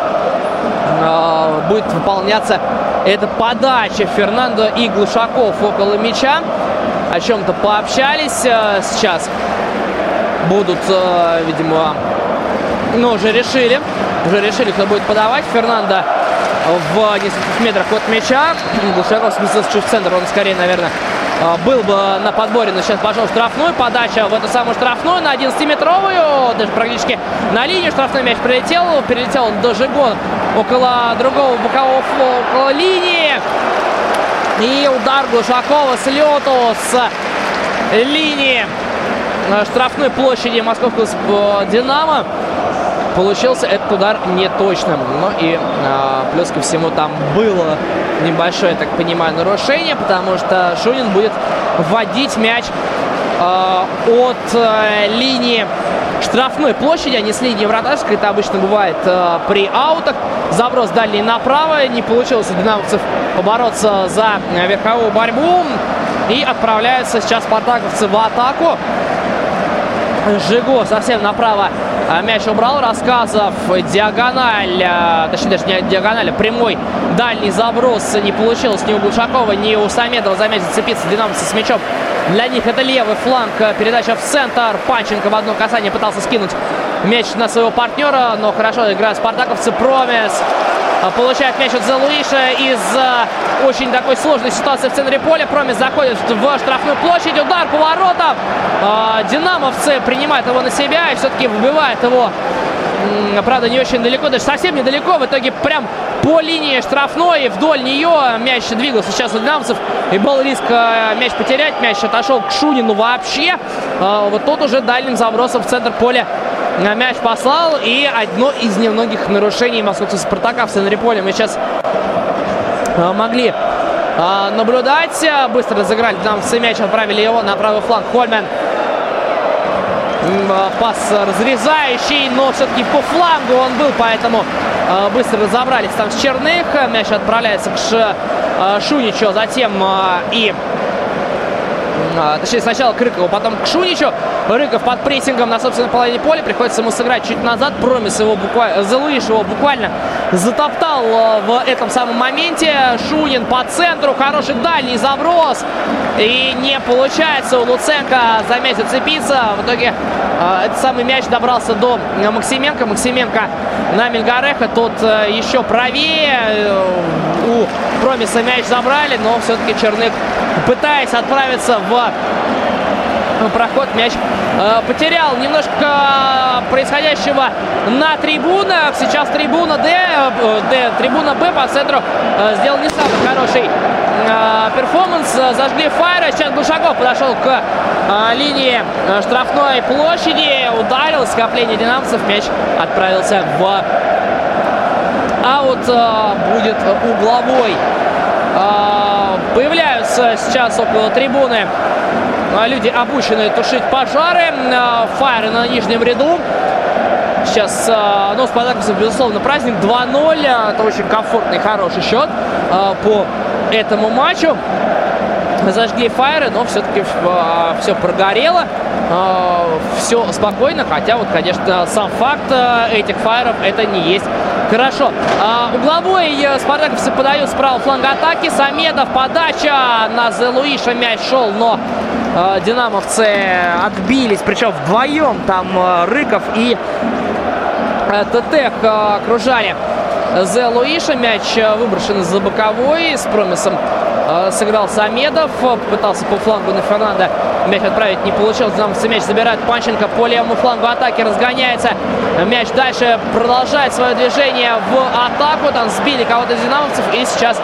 Speaker 4: выполняться эта подача. Фернандо и Глушаков около мяча о чем-то пообщались. Сейчас будут, видимо, уже решили, кто будет подавать. Фернандо в нескольких метрах от мяча. Глушаков сместился чуть в центр. Он скорее, наверное, был бы на подборе, но сейчас пошел штрафной. Подача в эту самую штрафную на 11-метровую. Даже практически на линию штрафной мяч перелетел он до Жиго около другого бокового флоу, около линии. И удар Глушакова с лету с линии штрафной площади московского «Динамо». Получился этот удар неточным. Ну и плюс ко всему там было небольшое, я так понимаю, нарушение, потому что Шунин будет вводить мяч от линии штрафной площади, а не с линии вратарской. Это обычно бывает при аутах. Заброс дальний направо. Не получилось у динамовцев побороться за верховую борьбу. И отправляются сейчас спартаковцы в атаку. Жиго совсем направо мяч убрал. Рассказов, диагональ, точнее даже не диагональ, а прямой дальний заброс. Не получилось ни у Глушакова, ни у Самедова за мяч зацепиться. Динамовцы с мячом. Для них это левый фланг. Передача в центр. Панченко в одно касание пытался скинуть мяч на своего партнера, но хорошо играют спартаковцы. Промес получает мяч от Зе Луиша из очень такой сложной ситуации в центре поля. Промес заходит в штрафную площадь. Удар по воротам. Динамовцы принимают его на себя и все-таки выбивает его. Правда, не очень далеко, даже совсем недалеко. В итоге прям по линии штрафной, вдоль нее мяч двигался сейчас у динамовцев. И был риск мяч потерять. Мяч отошел к Шунину вообще. Вот тут уже дальним забросом в центр поля мяч послал. И одно из немногих нарушений московского «Спартака» в центре поля мы сейчас могли наблюдать. Быстро разыграли динамовцы мяч, отправили его на правый фланг. Хольмен. Пас разрезающий, но все-таки по флангу он был, поэтому быстро разобрались там с Черных. Мяч отправляется к Шуничу, затем точнее сначала к Рыкову, потом к Шуничу. Рыков под прессингом на собственной половине поля. Приходится ему сыграть чуть назад. Промес его буквально, Зе Луиш его буквально затоптал в этом самом моменте. Шунин по центру. Хороший дальний заброс. И не получается у Луценко за мяч зацепиться. В итоге этот самый мяч добрался до Максименко. Максименко на Мельгареха. Тот еще правее. У Промеса мяч забрали, но все-таки Черных, пытаясь отправиться в проход, мяч потерял. Немножко происходящего на трибунах. Сейчас трибуна трибуна Б по центру сделал не самый хороший перформанс. Зажгли файра. Сейчас Глушаков подошел к линии штрафной площади. Ударил скопление динамовцев. Мяч отправился в аут. Будет угловой. Появляются сейчас около трибуны люди, обученные тушить пожары. Файры на нижнем ряду. Сейчас, ну, спартаковцев, безусловно, праздник 2-0. Это очень комфортный, хороший счет по этому матчу. Зажгли файры, но все-таки все прогорело. Все спокойно, хотя вот, конечно, сам факт этих файров это не есть хорошо. Угловой спартаковцы подают с правого фланга атаки. Самедов, подача на Зе Луиша, мяч шел, но динамовцы отбились, причем вдвоем. Там Рыков и Тетех окружали Зе Луиша. Мяч выброшен из-за боковой. С Промесом сыграл Самедов. Пытался по флангу на Фернандо мяч отправить, не получилось. Динамовцы мяч забирают. Панченко по левому флангу атаки разгоняется. Мяч дальше продолжает свое движение в атаку. Там сбили кого-то из динамовцев. И сейчас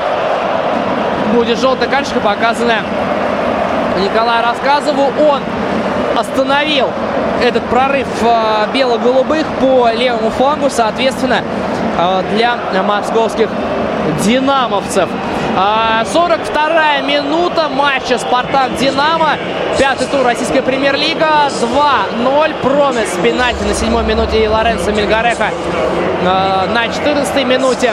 Speaker 4: будет желтая карточка, показанная Николаю Рассказову. Он остановил этот прорыв бело-голубых по левому флангу. Соответственно, для московских динамовцев. 42-я минута матча «Спартак-Динамо». 5-й тур российская премьер-лига. 2-0. Промес пенальти на 7-й минуте и Лоренцо Мельгареха на 14-й минуте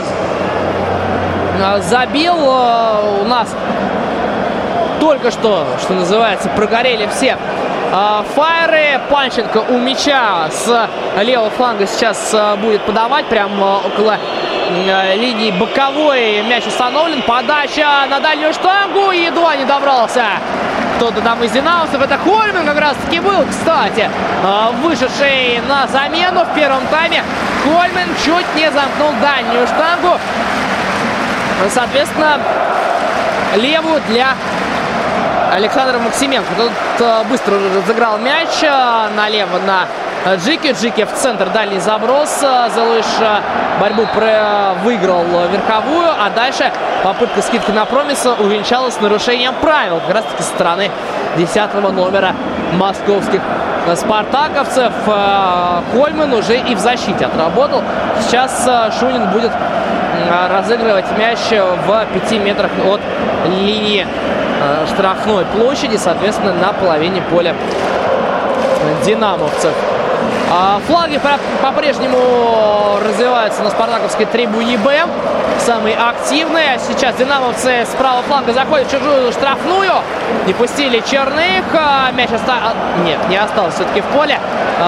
Speaker 4: забил. У нас только что называется, прогорели все фаеры. Панченко у мяча с левого фланга сейчас будет подавать прямо около линии боковой. Мяч установлен. Подача на дальнюю штангу. Едва не добрался кто-то там из динамовцев. Это Хольман как раз таки был, кстати, вышедший на замену в первом тайме. Хольман чуть не замкнул дальнюю штангу. Соответственно, левую для Александра Максименко. Тут быстро разыграл мяч налево на Джики. Джики в центр, дальний заброс. Зелуиш борьбу выиграл верховую, а дальше попытка скидки на Промеса увенчалась нарушением правил. Как раз таки со стороны 10-го номера московских спартаковцев. Хольман уже и в защите отработал. Сейчас Шунин будет разыгрывать мяч в 5 метрах от линии штрафной площади, соответственно, на половине поля динамовцев. Флаги по-прежнему развиваются на спартаковской трибуне Б. Самые активные. Сейчас динамовцы с правого фланга заходят в чужую штрафную. Не пустили Черных. Мяч остался... Нет, не остался все-таки в поле.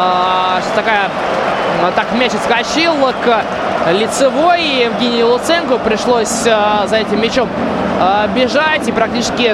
Speaker 4: Так мяч отскочил к лицевой. Евгению Луценко пришлось за этим мячом бежать. И практически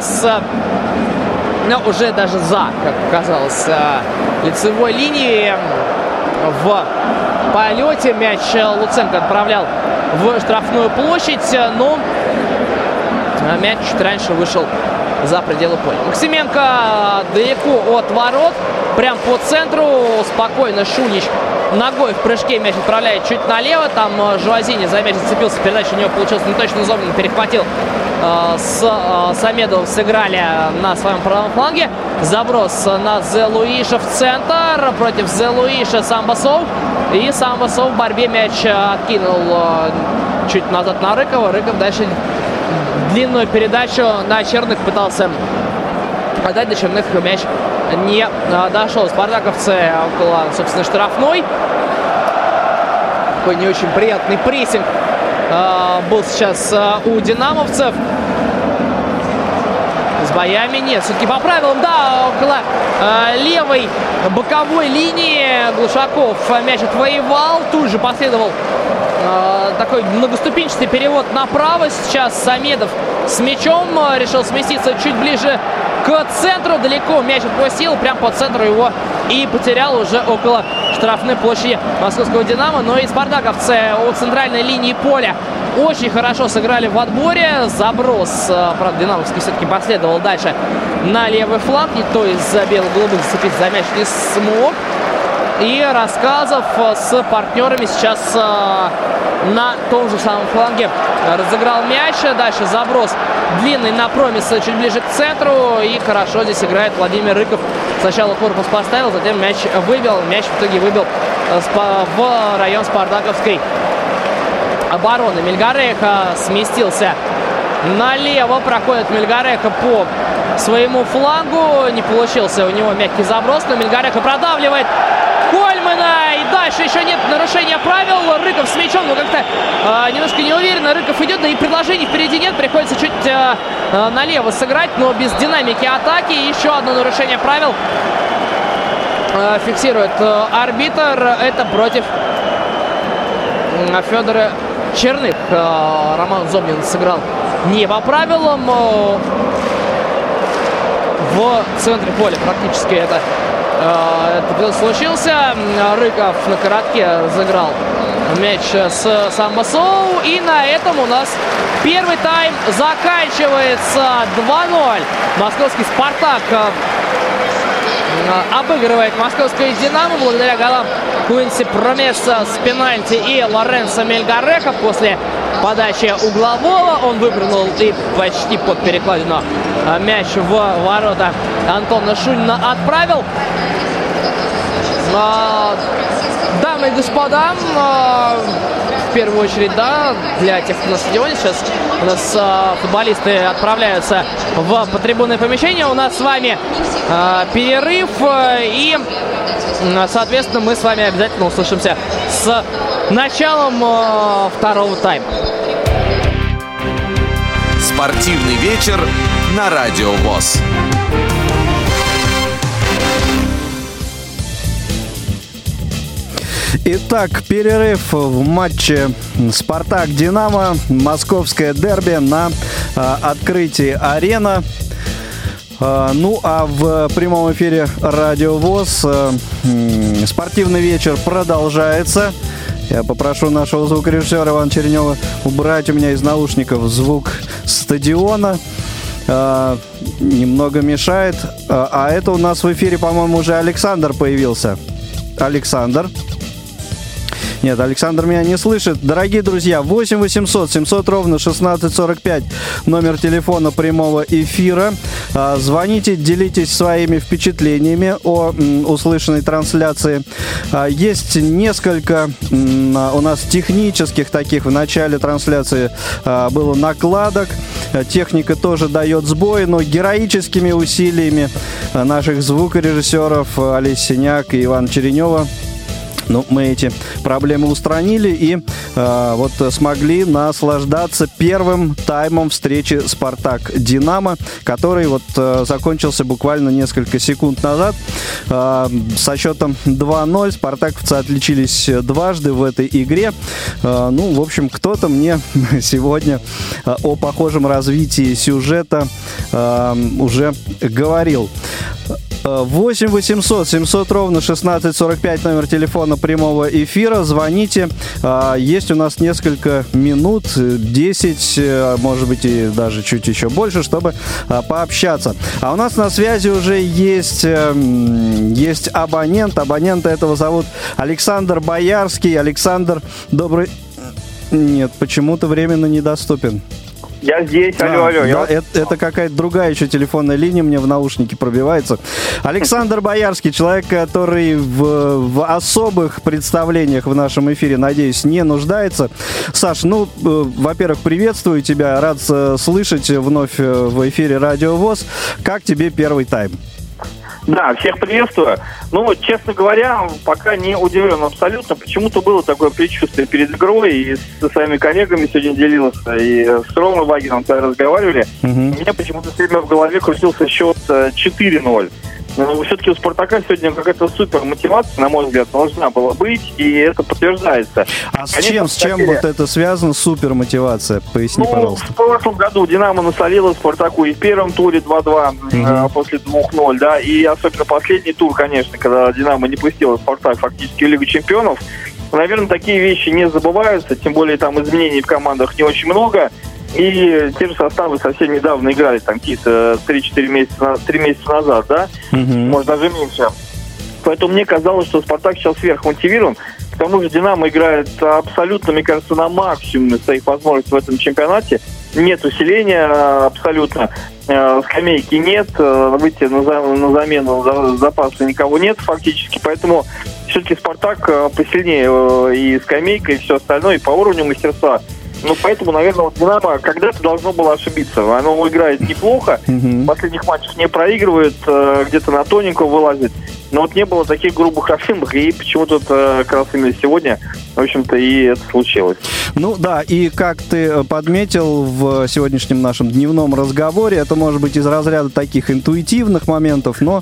Speaker 4: уже даже за, как оказалось, лицевой линии в полете мяч Луценко отправлял в штрафную площадь, но мяч чуть раньше вышел за пределы поля. Максименко далеко от ворот, прям по центру, спокойно Шунич ногой в прыжке мяч отправляет чуть налево. Там Жуазини за мяч зацепился, передача у него получилась не точно. Зобнин перехватил с Самедовым, сыграли на своем правом фланге. Заброс на Зелуиша в центр. Против Зелуиша Самбасов. И Самбасов в борьбе мяч откинул чуть назад на Рыкова. Рыков дальше длинную передачу на Черных пытался отдать. До Черных мяч не дошел. Спартаковцы около, собственно, штрафной. Такой не очень приятный прессинг был сейчас у динамовцев. С боями нет. Все-таки по правилам, да, около левой боковой линии Глушаков мяч отвоевал. Тут же последовал такой многоступенчатый перевод направо. Сейчас Самедов с мячом решил сместиться чуть ближе к центру. Далеко мяч отпустил. Прямо по центру его и потерял уже около штрафной площади московского «Динамо». Но и спартаковцы у центральной линии поля очень хорошо сыграли в отборе. Заброс, правда, динамовский все-таки последовал дальше на левый фланг. Никто из бело-голубых зацепиться за мяч не смог. И Рассказов с партнерами сейчас на том же самом фланге разыграл мяч. Дальше заброс длинный на Промеса чуть ближе к центру. И хорошо здесь играет Владимир Рыков. Сначала корпус поставил, затем мяч выбил. Мяч в итоге выбил в район спартаковской обороны. Мельгареха сместился налево. Проходит Мельгареха по своему флангу. Не получился у него мягкий заброс, но Мельгареха продавливает Хольмана. И дальше еще нет нарушения правил. Рыков с мячом, но как-то немножко неуверенно Рыков идет. Да и предложений впереди нет. Приходится чуть налево сыграть, но без динамики атаки. Еще одно нарушение правил фиксирует арбитр. Это против Федора Черных. Роман Зобнин сыграл не по правилам. В центре поля практически это случился. Рыков на коротке разыграл мяч с Самбасову. И на этом у нас первый тайм заканчивается 2-0. Московский «Спартак» обыгрывает московское «Динамо» благодаря голам Куинси Промеса с пенальти и Лоренцо Мельгареха. После подачи углового он выпрыгнул и почти под перекладину мяч в ворота Антона Шунина отправил. Дамы и господа, в первую очередь, да, для тех, кто на стадионе сейчас, у нас футболисты отправляются в потрибунное помещение. У нас с вами перерыв, и, соответственно, мы с вами обязательно услышимся с началом второго тайма.
Speaker 1: Спортивный вечер на Радио ВОС.
Speaker 2: Итак, перерыв в матче «Спартак-Динамо». Московское дерби на открытии «Арена». Ну, а в прямом эфире Радио ВОС спортивный вечер продолжается. Я попрошу нашего звукорежиссера Ивана Черенева убрать у меня из наушников звук стадиона. Немного мешает. А это у нас в эфире, по-моему, уже Александр появился. Александр. Нет, Александр меня не слышит. Дорогие друзья, 8 800 700 ровно 1645 номер телефона прямого эфира. Звоните, делитесь своими впечатлениями о услышанной трансляции. Есть несколько у нас технических таких в начале трансляции было накладок. Техника тоже дает сбой, но героическими усилиями наших звукорежиссеров Олеся Синяк и Ивана Черенева мы эти проблемы устранили и вот смогли наслаждаться первым таймом встречи «Спартак-Динамо», который вот закончился буквально несколько секунд назад. Со счетом 2-0 спартаковцы отличились дважды в этой игре. В общем, кто-то мне сегодня о похожем развитии сюжета уже говорил. 8 800 700 ровно 1645 номер телефона прямого эфира. Звоните. Есть у нас несколько минут, 10, может быть, и даже чуть еще больше, чтобы пообщаться. А у нас на связи уже есть абонент. Абонента этого зовут Александр Боярский. Александр, добрый... Нет, почему-то временно недоступен.
Speaker 5: Я здесь, алло.
Speaker 2: Да, это какая-то другая еще телефонная линия, мне в наушники пробивается. Александр Боярский, человек, который в особых представлениях в нашем эфире, надеюсь, не нуждается. Саш, во-первых, приветствую тебя, рад слышать вновь в эфире Радио ВОС. Как тебе первый тайм?
Speaker 5: Да, всех приветствую. Честно говоря, пока не удивлен абсолютно. Почему-то было такое предчувствие перед игрой, и со своими коллегами сегодня делился, и с Ромой Вагином разговаривали. У меня почему-то все время в голове крутился счет 4-0. Но все-таки у «Спартака» сегодня какая-то супер мотивация, на мой взгляд, должна была быть, и это подтверждается.
Speaker 2: А с чем вот это связано, супер мотивация? Поясни, пожалуйста. В
Speaker 5: прошлом году «Динамо» насолило «Спартаку» и в первом туре 2-2 после 2-0, да, и особенно последний тур, конечно, когда «Динамо» не пустила «Спартак» фактически в Лигу чемпионов. Наверное, такие вещи не забываются, тем более там изменений в командах не очень много. И те же составы совсем недавно играли, там какие-то 3 месяца назад, да? Может, даже меньше. Поэтому мне казалось, что «Спартак» сейчас сверхмотивирован. К тому же «Динамо» играет абсолютно, мне кажется, на максимуме своих возможностей в этом чемпионате. Нет усиления абсолютно. Скамейки нет, выйти на замену запаса никого нет фактически. Поэтому все-таки «Спартак» посильнее и скамейка, и все остальное, и по уровню мастерства. Поэтому, наверное, «Динамо» когда-то должно было ошибиться. Оно играет неплохо, в последних матчах не проигрывает, где-то на тоненького вылазит. Но не было таких грубых ошибок, и почему-то как раз именно сегодня, в общем-то, и это случилось.
Speaker 2: И как ты подметил в сегодняшнем нашем дневном разговоре, это может быть из разряда таких интуитивных моментов, но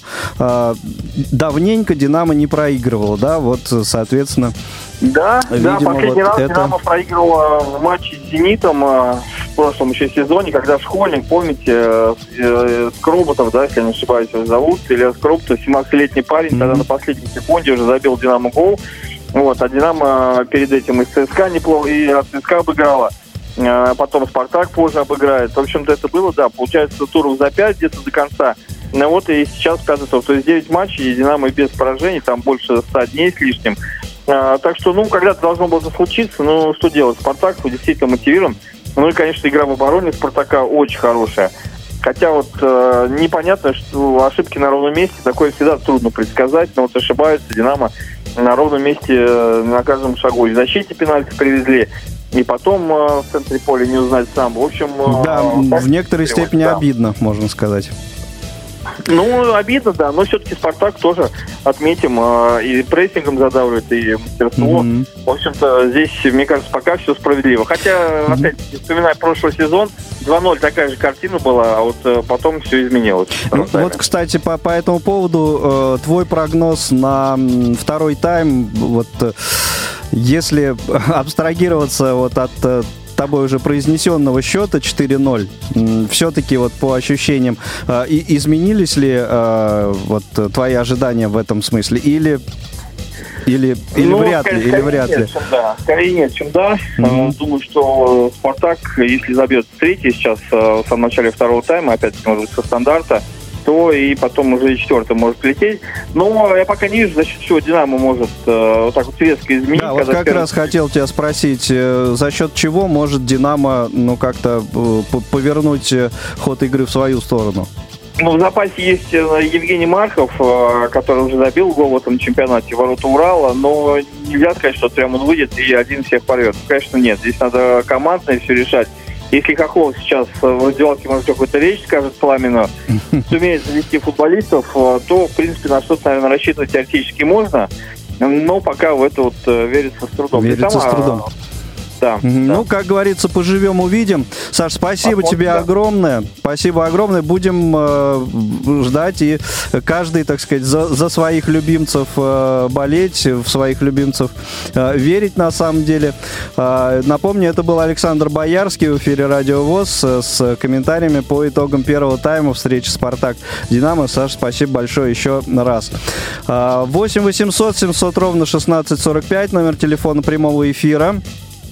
Speaker 2: давненько «Динамо» не проигрывало, да, соответственно...
Speaker 5: Да, последний раз «Динамо» проигрывала в матче с «Зенитом» в прошлом еще сезоне, когда Школьник, помните, Скроботов, да, если я не ошибаюсь, его зовут, Илья Скроботов, 17-летний парень, тогда на последней секунде уже забил «Динамо» гол. А «Динамо» перед этим из ЦСКА неплохо, и от ЦСКА обыграла. Потом «Спартак» позже обыграет. В общем-то, это было, да, получается, туров за 5 где-то до конца. И сейчас 5 тур. То есть 9 матчей, и «Динамо» без поражений, там больше 100 дней с лишним. Так что, когда-то должно было это случиться, что делать? «Спартак» действительно мотивирован. И, конечно, игра в обороне «Спартака» очень хорошая. Хотя непонятно, что ошибки на ровном месте, такое всегда трудно предсказать, но ошибаются «Динамо». на ровном месте на каждом шагу. И в защите пенальти привезли, и потом в центре поля не узнать сам. В общем...
Speaker 2: Да, в некоторой степени обидно, можно сказать.
Speaker 5: Ну, обидно, да, но все-таки «Спартак» тоже отметим, и прессингом задавливает, и мастерство. В общем-то, здесь, мне кажется, пока все справедливо. Хотя, опять-таки, вспоминая прошлый сезон, 2-0 такая же картина была, а вот потом все изменилось.
Speaker 2: Ну, вот, кстати, по этому поводу твой прогноз на второй тайм, вот если абстрагироваться вот от тобой уже произнесенного счета 4-0, все-таки вот по ощущениям, изменились ли вот твои ожидания в этом смысле? Или вряд ли? Скорее нет, чем да. Думаю, что «Спартак», если забьет третий сейчас в самом начале второго тайма, опять-таки, может быть, со стандарта, то и потом уже и четвертый может лететь. Но я пока не вижу, за счет чего «Динамо» может вот так вот резко изменить. Да, вот как раз хотел тебя спросить, за счет чего может «Динамо» как-то повернуть ход игры в свою сторону? Ну, в запасе есть Евгений Марков, который уже забил гол в этом чемпионате, ворота Урала, но нельзя сказать, что прям он выйдет и один всех порвет. Конечно, нет. Здесь надо командно все решать. Если Хохлов сейчас в раздевалке, может, какую-то речь скажет Фламину, сумеет завести футболистов, то, в принципе, на что-то, наверное, рассчитывать теоретически можно, но пока в это вот верится с трудом. Верится с трудом. Да, ну, как говорится, поживем, увидим. Саш, спасибо тебе огромное. Спасибо огромное. Будем ждать и каждый, так сказать, за своих любимцев болеть, в своих любимцев верить на самом деле. Напомню, это был Александр Боярский в эфире Радио ВОС с комментариями по итогам первого тайма встречи «Спартак-Динамо». Саш, спасибо большое еще раз. 8 800 700 ровно 1645, номер телефона прямого эфира.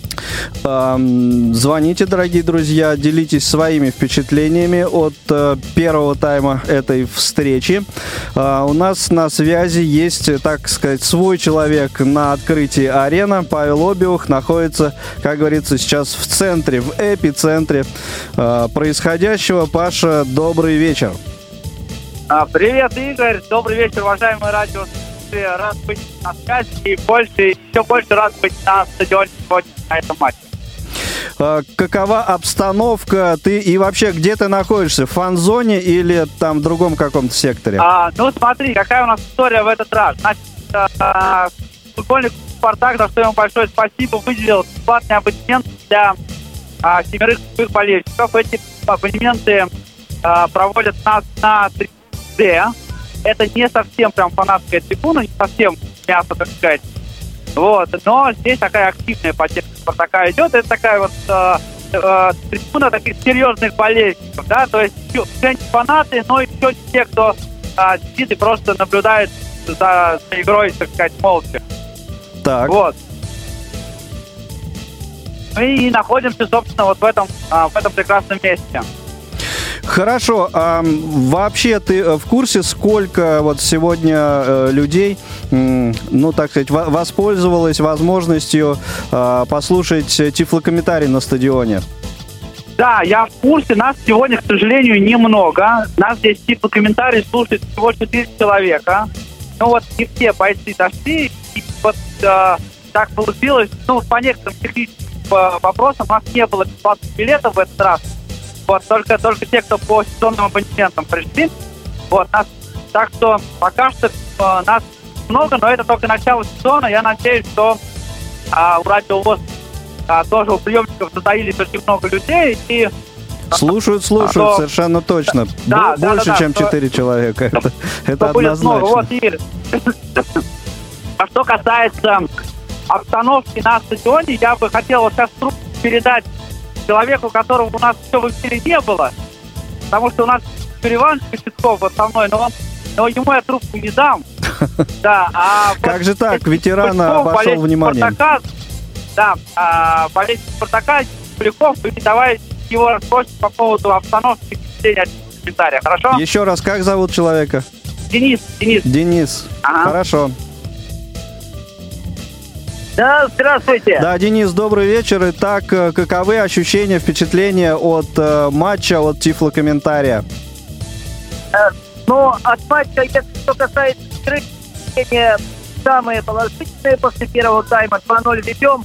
Speaker 2: Звоните, дорогие друзья, делитесь своими впечатлениями от первого тайма этой встречи. У нас на связи есть, так сказать, свой человек на открытии арены. Павел Обиух находится, как говорится, сейчас в центре, в эпицентре происходящего. Паша, добрый вечер.
Speaker 3: Привет, Игорь. Добрый вечер, уважаемые радио. Рад быть на связи и еще больше рад быть на стадионе сегодня на этом матче.
Speaker 2: Какова обстановка? Ты и вообще где ты находишься? В фан-зоне или там в другом каком-то секторе?
Speaker 3: Ну смотри, какая у нас история в этот раз. Значит, футбольный клуб «Спартак», за что ему большое спасибо, выделил бесплатный абонемент для 7 болельщиков. Эти абонементы проводят нас на 3D. Это не совсем прям фанатская трибуна, не совсем мясо, так сказать. Вот. Но здесь такая активная поддержка «Спартака» идет. Это такая вот трибуна таких серьезных болельщиков, да, то есть все не фанаты, но еще не те, кто сидит и просто наблюдает за игрой, так сказать, молча.
Speaker 2: Так.
Speaker 3: Вот. Мы и находимся, собственно, вот в этом прекрасном месте.
Speaker 2: Хорошо, вообще ты в курсе, сколько вот сегодня людей, ну, так сказать, воспользовалось возможностью послушать тифлокомментарий на стадионе?
Speaker 3: Да, я в курсе. Нас сегодня, к сожалению, немного. Нас здесь тифлокомментарий слушает всего 4 человека. Ну вот не все бойцы дошли. И вот так получилось. Ну, по некоторым техническим вопросам у нас не было бесплатных билетов в этот раз. Вот, только те, кто по сезонным абонементам пришли. Вот, так что пока что нас много, но это только начало сезона. Я надеюсь, что у Радио ВОС тоже у приемников затаились очень много людей. И
Speaker 2: слушают, совершенно точно.
Speaker 3: Да,
Speaker 2: больше, чем 4 человека. Это однозначно.
Speaker 3: Вот, и а что касается обстановки на стадионе, я бы хотел вот сейчас передать человеку, которого у нас все в эфире не было, потому что у нас Иван Кочетков вот со мной, но ему я трубку не дам. Да,
Speaker 2: как же так? Ветерана обошел вниманием.
Speaker 3: Да, болельщик «Спартака», Поляков, и давай его расспросим по поводу обстановки и комментария, хорошо?
Speaker 2: Еще раз, как зовут человека? Денис. Ага. Хорошо.
Speaker 3: Да, здравствуйте.
Speaker 2: Да, Денис, добрый вечер. Итак, каковы ощущения, впечатления от матча, от тифлокомментария?
Speaker 6: Ну, от матча, что касается игры,
Speaker 3: самые положительные после первого тайма. 2-0 ведем.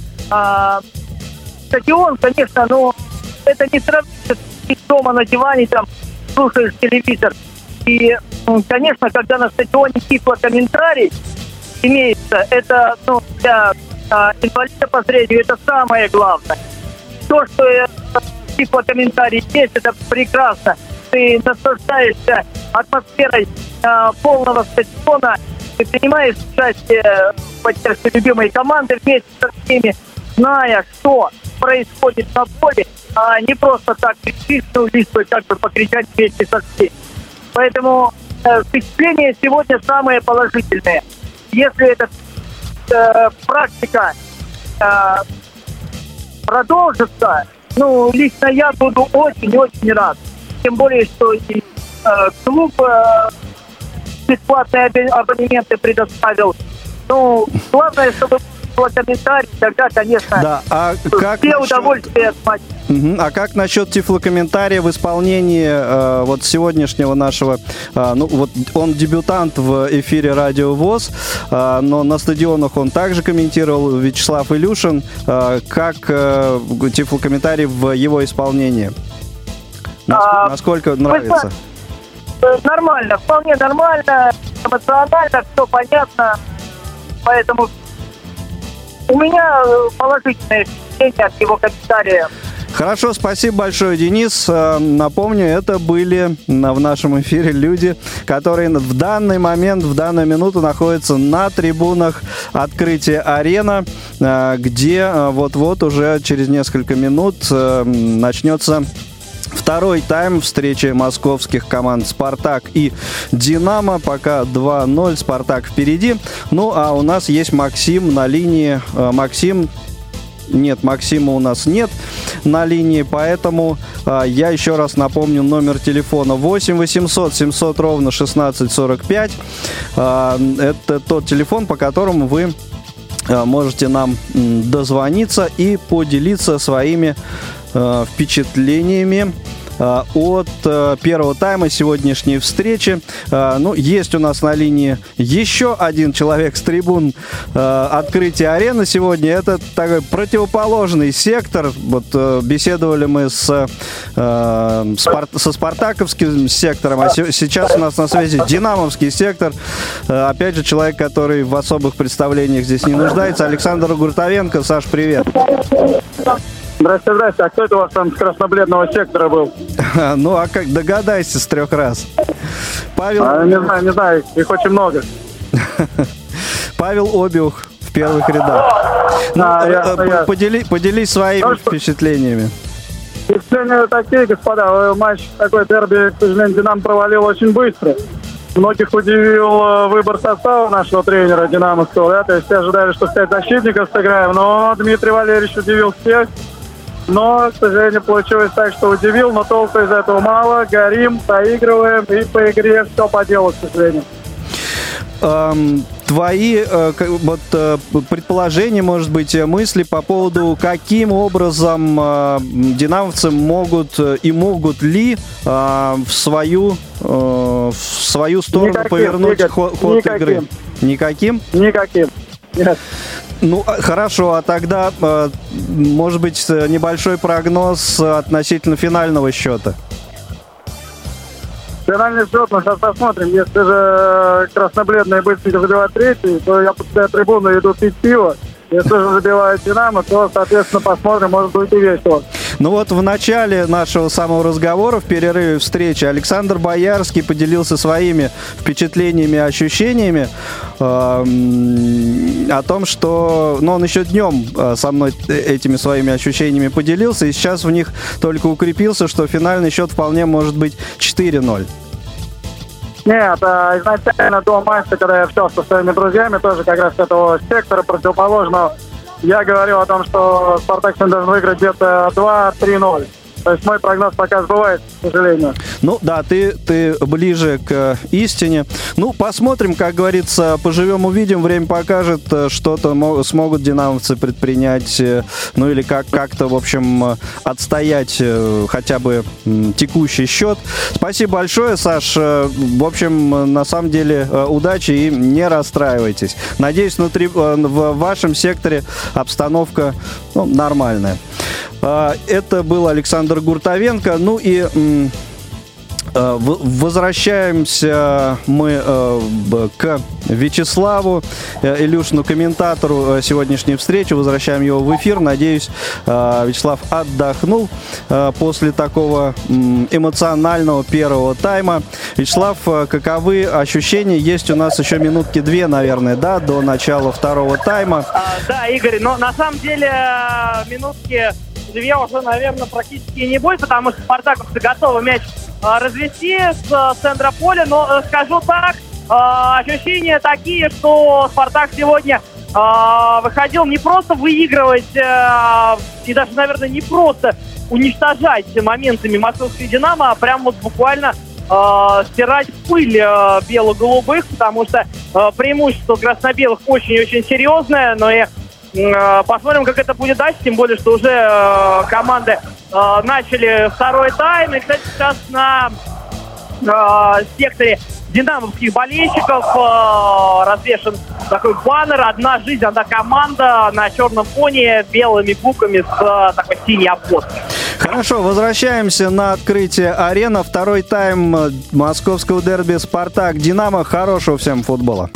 Speaker 3: Стадион, конечно, но это не сравнится с дома на диване, там слушаешь телевизор. И, конечно, когда на стадионе тифлокомментарий имеется, это для инвалида по зрению это самое главное. То, что тифлокомментарий есть, это прекрасно. Ты наслаждаешься атмосферой полного стадиона, ты принимаешь участие в поддержке любимой команды вместе со всеми, зная, что происходит на поле, а не просто так кричишь, лишь бы как бы покричать вместе со всеми. Поэтому впечатления сегодня самые положительные. Если эта практика продолжится, лично я буду очень-очень рад. Тем более, что и клуб бесплатные абонементы предоставил. Главное, чтобы был комментарий, тогда, конечно,
Speaker 2: да.
Speaker 3: все удовольствия от матча.
Speaker 2: А как насчет тифлокомментария в исполнении вот сегодняшнего нашего... он дебютант в эфире Радио ВОС, но на стадионах он также комментировал, Вячеслав Илюшин. Как тифлокомментарий в его исполнении? Насколько нравится?
Speaker 3: Нормально, вполне нормально, эмоционально, все понятно. Поэтому у меня положительное впечатление от его комментария.
Speaker 2: Хорошо, спасибо большое, Денис. Напомню, это были в нашем эфире люди, которые в данный момент, в данную минуту находятся на трибунах открытия арена, где вот-вот уже через несколько минут начнется второй тайм встречи московских команд «Спартак» и «Динамо». Пока 2-0, «Спартак» впереди. А у нас есть Максим на линии. Максима у нас нет на линии, поэтому я еще раз напомню номер телефона 8 800 700 ровно 1645. Это тот телефон, по которому вы можете нам дозвониться и поделиться своими впечатлениями от первого тайма сегодняшней встречи. Есть у нас на линии еще один человек с трибун открытия арены сегодня. Это такой противоположный сектор. Беседовали мы со спартаковским сектором, а сейчас у нас на связи динамовский сектор. Опять же, человек, который в особых представлениях здесь не нуждается. Александр Гуртовенко. Саш, привет.
Speaker 6: Здрасте. А кто это у вас там с красно-бледного сектора был?
Speaker 2: А как, догадайся с 3 раз. Павел...
Speaker 6: Не знаю, их очень много.
Speaker 2: Павел Обиух в первых рядах. Поделись своими впечатлениями.
Speaker 6: Впечатления такие, господа. Матч такой дерби, к сожалению, «Динамо» провалил очень быстро. Многих удивил выбор состава нашего тренера динамовского. Да? То есть все ожидали, что 5 защитников сыграем, но Дмитрий Валерьевич удивил всех. Но, к сожалению, получилось так, что удивил, но толку из этого мало. Горим, проигрываем, и по игре все по делу, к сожалению.
Speaker 2: Твои предположения, может быть, мысли по поводу, каким образом динамовцы могут ли в свою сторону повернуть ход игры? Никаким?
Speaker 6: Никаким. Нет.
Speaker 2: Хорошо, а тогда, может быть, небольшой прогноз относительно финального счета?
Speaker 6: Финальный счет мы сейчас посмотрим. Если же красно-бледные быстренько забивают третий, то я покидаю трибуну и иду пить пиво. Если же забивает «Динамо», то, соответственно, посмотрим, может быть и весело.
Speaker 2: В начале нашего самого разговора, в перерыве встречи, Александр Боярский поделился своими впечатлениями и ощущениями о том, что... он еще днем со мной этими своими ощущениями поделился, и сейчас в них только укрепился, что финальный счет вполне может быть 4-0.
Speaker 6: Нет, изначально до матча, когда я общался со своими друзьями, тоже как раз с этого сектора противоположного, я говорил о том, что «Спартак» должен выиграть где-то 2-3-0. То есть мой прогноз пока сбывается, к сожалению.
Speaker 2: Ну да, ты ближе к истине. Ну, посмотрим, как говорится, поживем, увидим. Время покажет, что-то смогут динамовцы предпринять, ну или как-то, в общем, отстоять хотя бы текущий счет. Спасибо большое, Саш. В общем, на самом деле, удачи и не расстраивайтесь. Надеюсь, в вашем секторе обстановка нормальная. Это был Александр Гуртовенко. Ну и возвращаемся мы к Вячеславу Илюшину, комментатору сегодняшней встречи. Возвращаем его в эфир. Надеюсь, Вячеслав отдохнул после такого эмоционального первого тайма. Вячеслав, каковы ощущения? Есть у нас еще минутки 2, наверное, да, до начала второго тайма.
Speaker 3: Да, Игорь, но на самом деле минутки 2 уже, наверное, практически не будет, потому что спартаковцы готовы мяч развести с центра поля. Но скажу так, ощущения такие, что Спартак сегодня выходил не просто выигрывать и даже, наверное, не просто уничтожать моментами московский «Динамо», а прям вот буквально стирать пыль бело-голубых, потому что преимущество красно-белых очень-очень серьезное, но и посмотрим, как это будет дальше, тем более, что уже команды начали второй тайм. И, кстати, сейчас на секторе динамовских болельщиков развешен такой баннер «Одна жизнь, одна команда» на черном фоне белыми буквами с такой синей обводкой.
Speaker 2: Хорошо, возвращаемся на открытие арены. Второй тайм московского дерби «Спартак-Динамо». Хорошего всем футбола.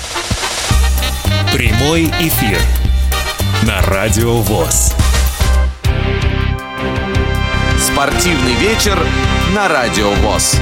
Speaker 7: Прямой эфир на Радио ВОС.
Speaker 1: Спортивный вечер на Радио ВОС.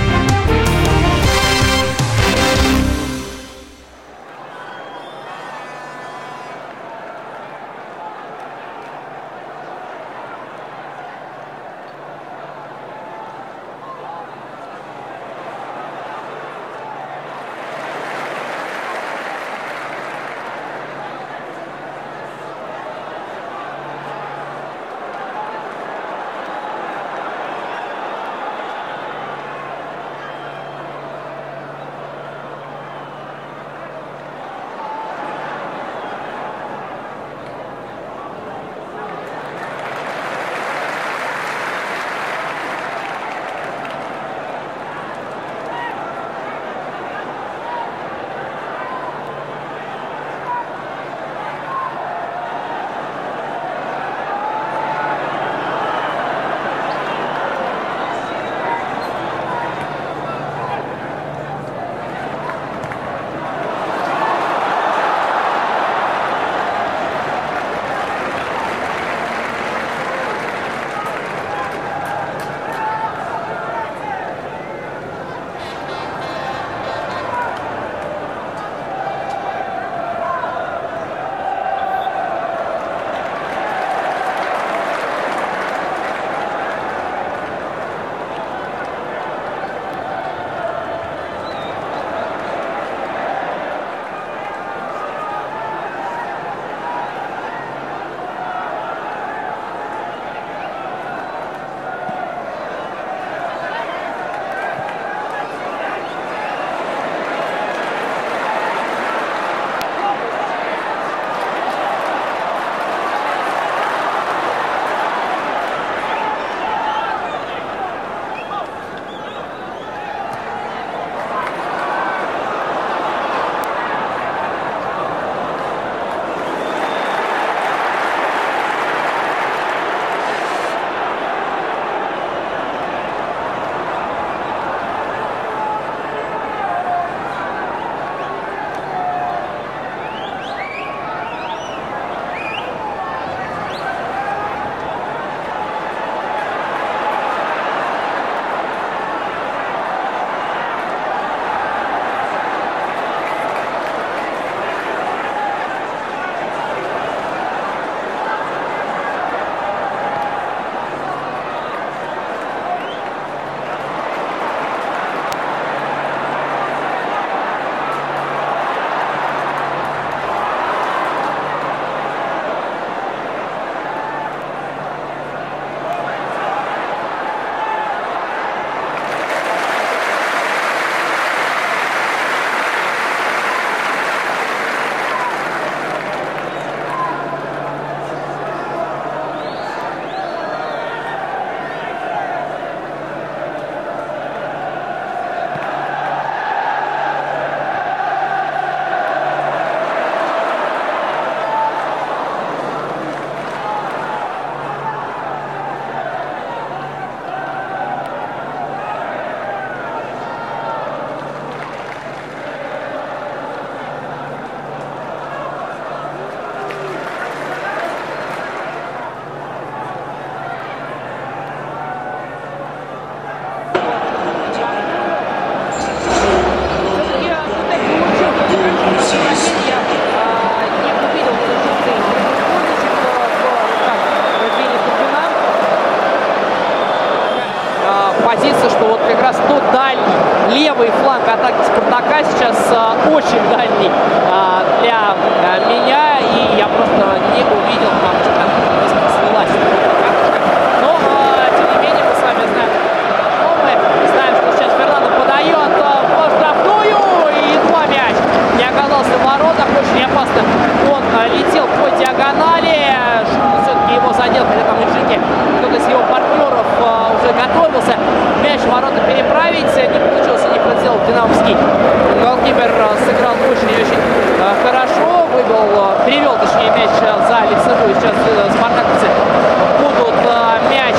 Speaker 4: правый фланг атаки Спартака сейчас очень дальний для меня, и я просто не увидел, потому что карточка свелась. Но, тем не менее, мы с вами знаем, что сейчас Фернандо подает в штрафную, и 2 мяч не оказался в воротах, очень опасно. Он летел по диагонали, все-таки его задел, хотя там Иджики, кто-то из его партнеров уже готовился мяч в ворота переправить, не получилось, не сделал динамовский голкипер, сыграл очень-очень хорошо, перевел, точнее, мяч за лицевую. Сейчас спартаковцы будут мяч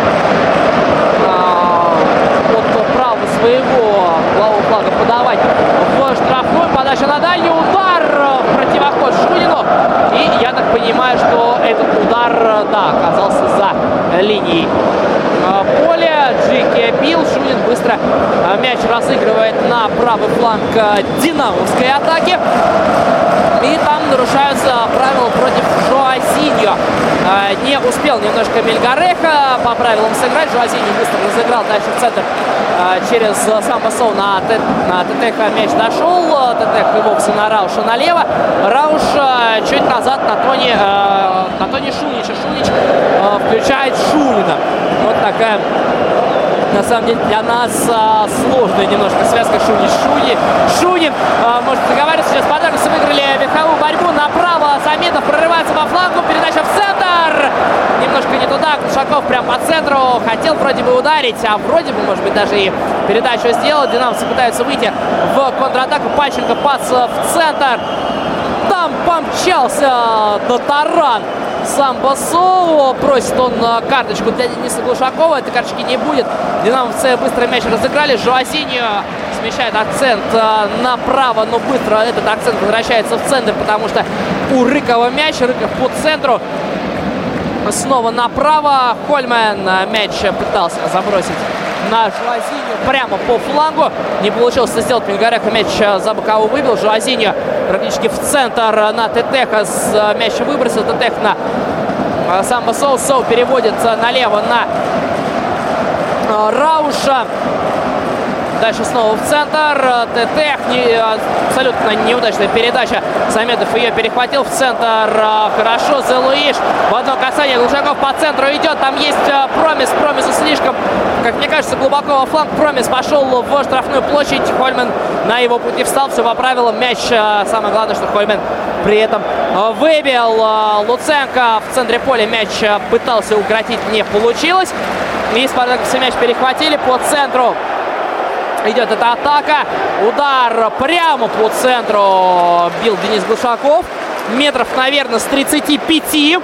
Speaker 4: от права своего главу флага подавать в штрафную, подача на дальний, удар в противоход Шунину, и я так понимаю, что этот удар, да, оказался за линией поля. Джики бил, Шунин быстро мяч разыгрывает на правый фланг динамовской атаки. И там нарушаются правила против Жоазиньо. Не успел немножко Мельгареха по правилам сыграть. Жоазиньо быстро разыграл дальше в центр через Самбасоу на Тетеха мяч дошел. Тетех и вовсе на Рауша налево. Рауш чуть назад на Тони Шунича. Шунич включает Шунина. Вот такая, на самом деле, для нас сложная немножко связка Шунин. Может договариваться. Сейчас Спартаковцы выиграли верховую борьбу. Направо Самедов прорывается во флангу. Передача в центр. Немножко не туда. Глушаков прям по центру. Хотел вроде бы ударить, а вроде бы, может быть, даже и передачу сделал. Динамовцы пытаются выйти в контратаку. Панченко пас в центр. Там помчался до таран Самбасоу. Просит он карточку для Дениса Глушакова. Этой карточки не будет. Динамовцы быстро мяч разыграли. Жоазиньо смещает акцент направо, но быстро этот акцент возвращается в центр, потому что у Рыкова мяч. Рыков по центру. Снова направо. Хольмен мяч пытался забросить на Жоазиньо прямо по флангу. Не получилось это сделать. Мельгареха мяч за боковую выбил. Жоазиньо практически в центр на Тетеха. Мяч выбросил. Тетех на Самбасоу. Соу переводит налево на Рауша. Дальше снова в центр. Тетех. Абсолютно неудачная передача. Самедов ее перехватил в центр. Хорошо. Зелуиш. В одно касание. Глушаков по центру идет. Там есть Промис. Промису слишком, как мне кажется, глубоко во фланг. Промис пошел в штрафную площадь. Хольмен на его пути встал. Все по правилам. Мяч. Самое главное, что Хольмен при этом выбил. Луценко в центре поля мяч пытался укротить. Не получилось. И спартаковцы мяч перехватили по центру. Идет эта атака. Удар прямо по центру бил Денис Глушаков. Метров, наверное, с 35.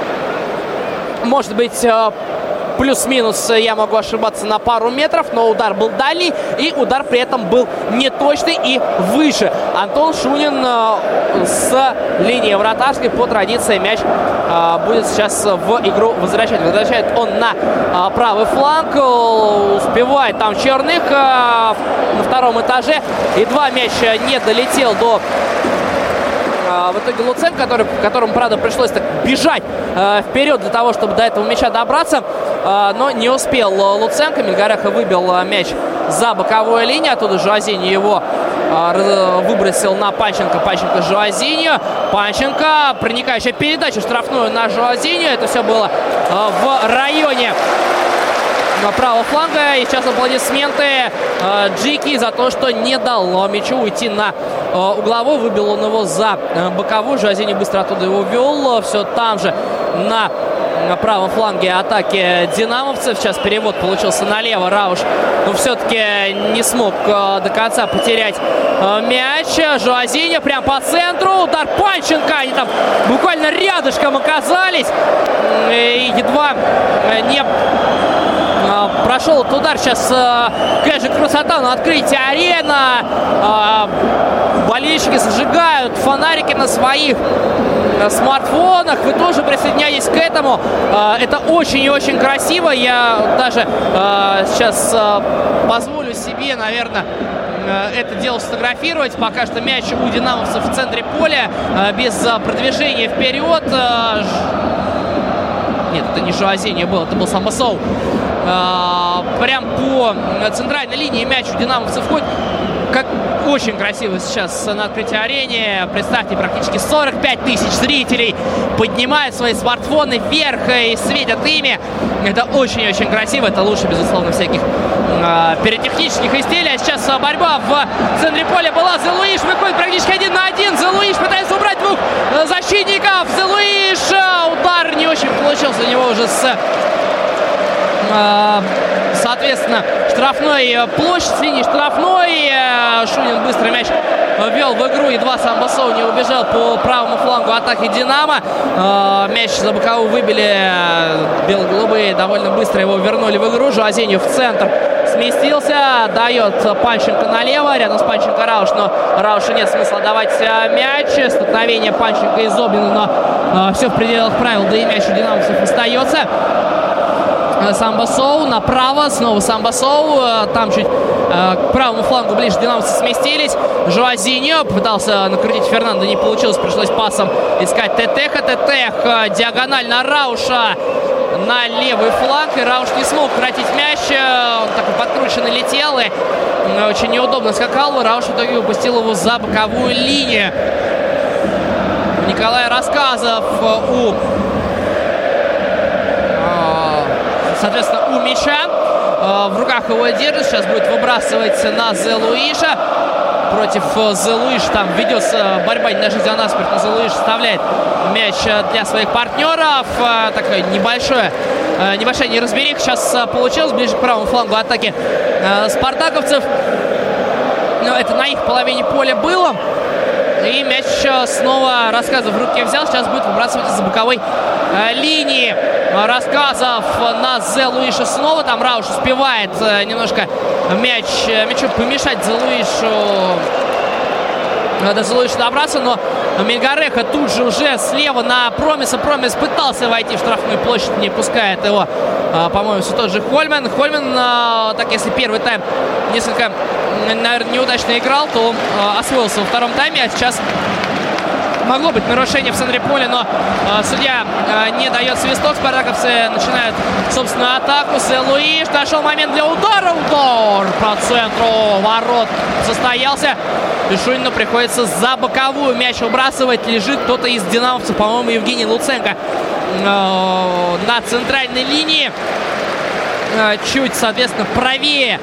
Speaker 4: Может быть, плюс-минус, я могу ошибаться на пару метров, но удар был дальний, и удар при этом был неточный и выше. Антон Шунин с линии вратарской по традиции мяч будет сейчас в игру возвращать. Возвращает он на правый фланг. Успевает там Черных на втором этаже. Едва мяч не долетел до в итоге Луценко, которому, правда, пришлось так бежать вперед для того, чтобы до этого мяча добраться. Но не успел Луценко. Мельгареха выбил мяч за боковую линию. Оттуда Жоазиньо его выбросил на Панченко. Панченко Жоазиньо. Панченко. Проникающая передача штрафную на Жоазиньо. Это все было в районе правого фланга. И сейчас аплодисменты Джики за то, что не дал мячу уйти на угловой. Выбил он его за боковую. Жоазиньо быстро оттуда его вел. Все там же на правом фланге атаки динамовцев. Сейчас перевод получился налево. Рауш, но все-таки не смог до конца потерять мяч. Жоазиньо прям по центру. Удар Панченко. Они там буквально рядышком оказались. И едва не прошел этот удар. Сейчас, конечно, красота на открытии арены. Болельщики зажигают фонарики на своих смартфонах. Вы тоже присоединяйтесь к этому. Это очень и очень красиво. Я даже сейчас позволю себе, наверное, это дело сфотографировать. Пока что мяч у динамовцев в центре поля. Без продвижения вперед. Нет, это не Жоазиньо был, это был Самбасоу. прям по центральной линии мяч у динамовцев входит. Как очень красиво сейчас на открытии арене. Представьте, практически 45 тысяч зрителей поднимают свои смартфоны вверх и светят ими. Это очень-очень красиво. Это лучше, безусловно, всяких пиротехнических изделий. А сейчас борьба в центре поля была. Зе Луиш выходит практически 1 на 1. Зе Луиш пытается убрать двух защитников. Зе Луиш. Удар не очень получился у него уже соответственно, штрафной площадь, с линии штрафной. Шунин быстро мяч ввел в игру. Едва сам Басов не убежал по правому флангу атаки «Динамо». Мяч за боковую выбили бело-голубые. Довольно быстро его вернули в игру. Жуазиньо в центр сместился. Дает Панченко налево. Рядом с Панченко Рауш. Но Раушу нет смысла давать мяч. Столкновение Панченко и Зобнина. Но все в пределах правил. Да и мяч у динамовцев остается. Самбасоу направо, снова Самбасоу, там чуть к правому флангу ближе динамовцы сместились. Жуазиньо попытался накрутить Фернандо, не получилось, пришлось пасом искать Тетеха. Тетех диагональ на Рауша на левый фланг, и Рауш не смог кратить мяч, он такой подкрученный летел и очень неудобно скакал. Рауш в итоге упустил его за боковую линию. Николай Рассказов соответственно, у мяча. В руках его держит. Сейчас будет выбрасывать на Зе Луиша. Против Зе Луиша там ведется борьба не даже за наспорт. Но Зе Луиш вставляет мяч для своих партнеров. Такая небольшая неразбериха сейчас получилась ближе к правому флангу атаки спартаковцев. Но это на их половине поля было. И мяч снова Рассказов в руки взял. Сейчас будет выбрасывать из-за боковой линии. Рассказов на Зе Луиша снова. Там Рауш успевает немножко мячу помешать Зе Луишу добраться. Но Мельгареха тут же уже слева на Промиса. Промис пытался войти в штрафную площадь. Не пускает его, по-моему, все тот же Хольмен. Хольмен, так если первый тайм несколько, наверное, неудачно играл, то он освоился во втором тайме. А сейчас могло быть нарушение в центре поля, но судья не дает свисток. Спартаковцы начинают собственную атаку. Зе Луиш нашел момент для удара. Удар по центру ворот состоялся. И Шунину приходится за боковую мяч выбрасывать. Лежит кто-то из динамовцев, по-моему, Евгений Луценко на центральной линии. Чуть, соответственно, правее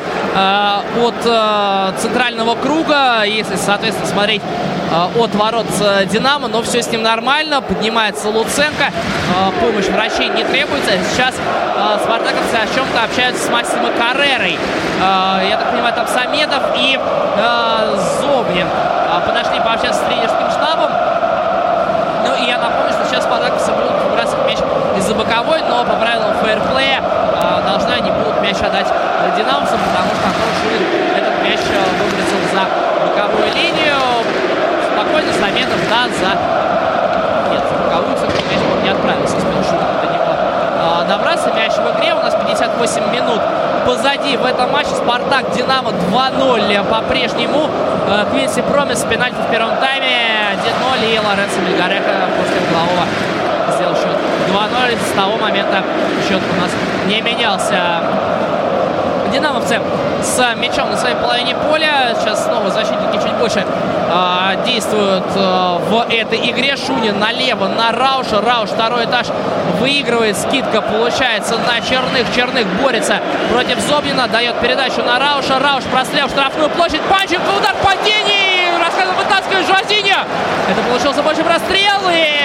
Speaker 4: от центрального круга, если, соответственно, смотреть от ворот «Динамо», но все с ним нормально. Поднимается Луценко, помощь врачей не требуется. Сейчас спартаковцы о чем-то общаются с Максимо Каррерой. Я так понимаю, там Самедов и Зобнин подошли пообщаться с тренерским штабом. Ну и я напомню, что сейчас спартаковцы будут выбрасывать мяч из-за боковой, но по правилам фейерплея должны они будут мяч отдать динамовцам, потому что Антон Шунин этот мяч выбросил за боковую линию. Спокойно Самедов, да, нет, за боковую, кстати, мяч не отправился, успел Шунин до него добраться. Мяч в игре, у нас 58 минут позади в этом матче. Спартак Динамо 2-0 по-прежнему. Квинси Промис пенальти в первом тайме 1-0, и Лоренцо Мельгареха после углового сделал счет 2-0. С того момента счет у нас не менялся. Динамовцы с мячом на своей половине поля. Сейчас снова защитники чуть больше действуют в этой игре. Шунин налево на Рауша. Рауш второй этаж выигрывает. Скидка получается на Черных. Черных борется против Зобнина. Дает передачу на Рауша. Рауш прострел в штрафную площадь. Панченко, удар в падении. Рассказывает, вытаскивает Жуазиньо. Это получился больше прострел. И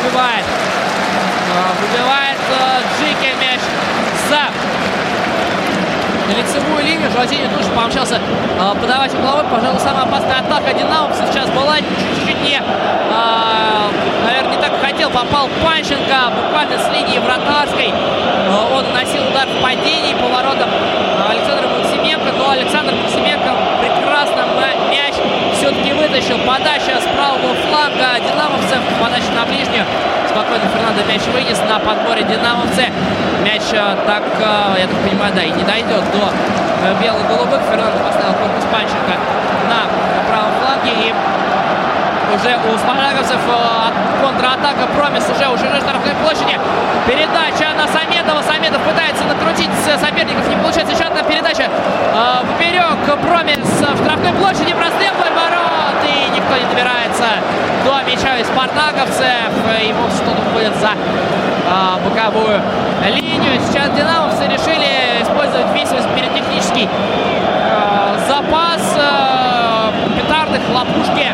Speaker 4: выбивает Джики мяч за лицевую линию. Жуазиньо тут же помчался подавать угловой. Пожалуй, самая опасная атака динамовцев сейчас была. Чуть-чуть не, наверное, не так хотел. Попал Панченко буквально с линии вратарской. Он наносил удар в падении по воротам Александра Максименко. Но Александр Максименко прекрасно мяч все-таки вытащил. Подача с правого фланга динамовцев. Подача на ближнюю. Спокойно Фернандо мяч вынес на подборе динамовцы. Мяч так, я так понимаю, да, и не дойдет до бело-голубых. Фернандо поставил корпус Панченко на правом фланге. И уже у спартаковцев контратака. Промис уже у штрафной площади. Передача на Самедова. Магомедов пытается накрутить соперников, не получается. Еще одна передача поперек. Промес в штрафной площади, прострел вдоль ворот, и никто не добирается до мяча из спартаковцев. И вовсе что-то уходит за боковую линию. Сейчас динамовцы решили использовать весь свой пиротехнический запас, петарды, хлопушки,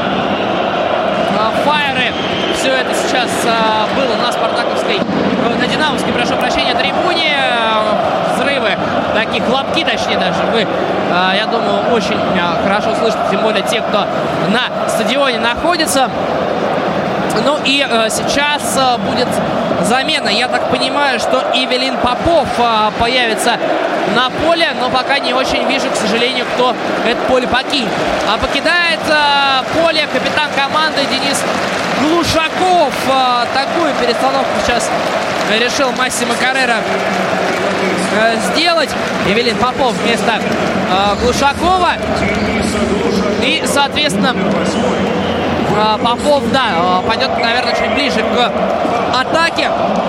Speaker 4: фаеры. Все это сейчас было на спартаковской, на динамовской, прошу прощения, трибуне. Взрывы, такие хлопки, точнее даже, вы, я думаю, очень хорошо слышите, тем более те, кто на стадионе находится. Ну и сейчас будет замена. Я так понимаю, что Ивелин Попов появится на поле, но пока не очень вижу, к сожалению, кто это поле покинет. А покидает поле капитан команды Денис Глушаков. Такую перестановку сейчас решил Массимо Каррера сделать. Ивелин Попов вместо Глушакова. И, соответственно, Попов, да, пойдет, наверное, чуть ближе к атаке.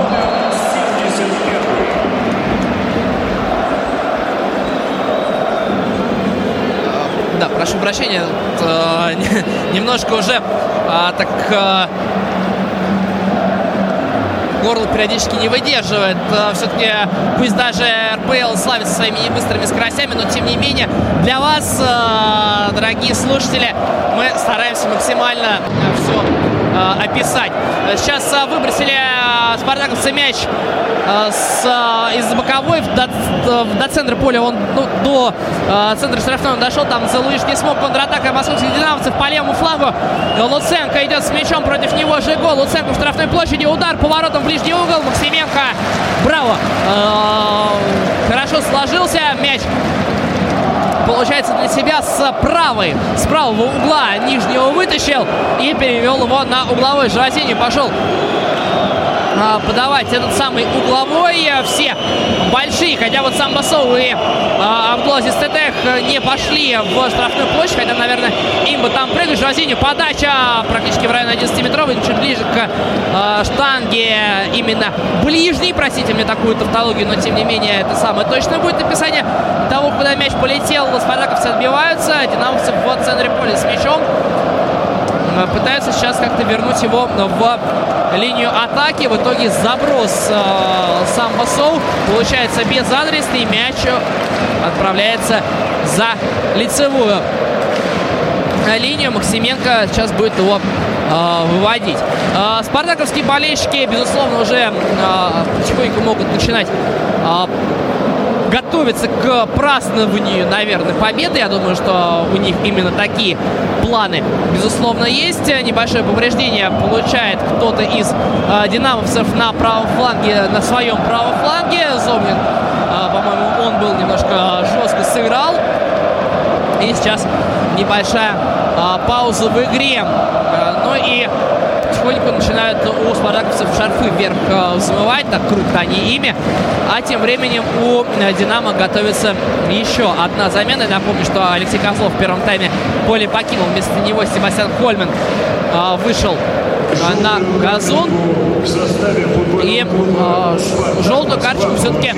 Speaker 4: Да, прошу прощения, немножко уже так горло периодически не выдерживает. Все-таки, пусть даже РПЛ славится своими небыстрыми скоростями, но тем не менее для вас, дорогие слушатели, мы стараемся максимально все описать. Сейчас выбросили спартаковцы мяч из боковой до центра поля. Он до центра штрафной он дошел. Там Залуиш не смог. Контратака московских динамовцев по левому флангу. Луценко идет с мячом, против него Жиго. Луценко в штрафной площади. Удар поворотом в ближний угол. Максименко. Браво. Хорошо сложился мяч. Получается, для себя с правого угла нижнего вытащил и перевел его на угловой. Животинин пошел подавать этот самый угловой. Все большие, хотя вот сам Басоу и Абдулазиз Тетех не пошли в штрафную площадь, хотя, наверное, им бы там прыгать. Животинин подача практически в районе 11-метровой, чуть ближе к штанге, именно ближней, простите мне такую тавтологию, но тем не менее это самое точное будет описание того, куда мяч полетел. Спартаковцы отбиваются, динамовцы в центре поля с мячом пытаются сейчас как-то вернуть его в линию атаки. В итоге заброс сам Басоу получается безадресный. Мяч отправляется за лицевую линию. Максименко сейчас будет его выводить. Спартаковские болельщики, безусловно, уже потихоньку могут начинать готовиться к празднованию, наверное, победы. Я думаю, что у них именно такие планы, безусловно, есть. Небольшое повреждение получает кто-то из динамовцев на правом фланге, на своем правом фланге. Зомин, по-моему, он был немножко жестко сыграл. И сейчас небольшая пауза в игре. Ну и потихоньку начинают у спартаковцев шарфы вверх взмывать, так крутят они ими. А тем временем у «Динамо» готовится еще одна замена. Я напомню, что Алексей Козлов в первом тайме поле покинул. Вместо него Себастьян Хольман вышел на газон. И желтую карточку все-таки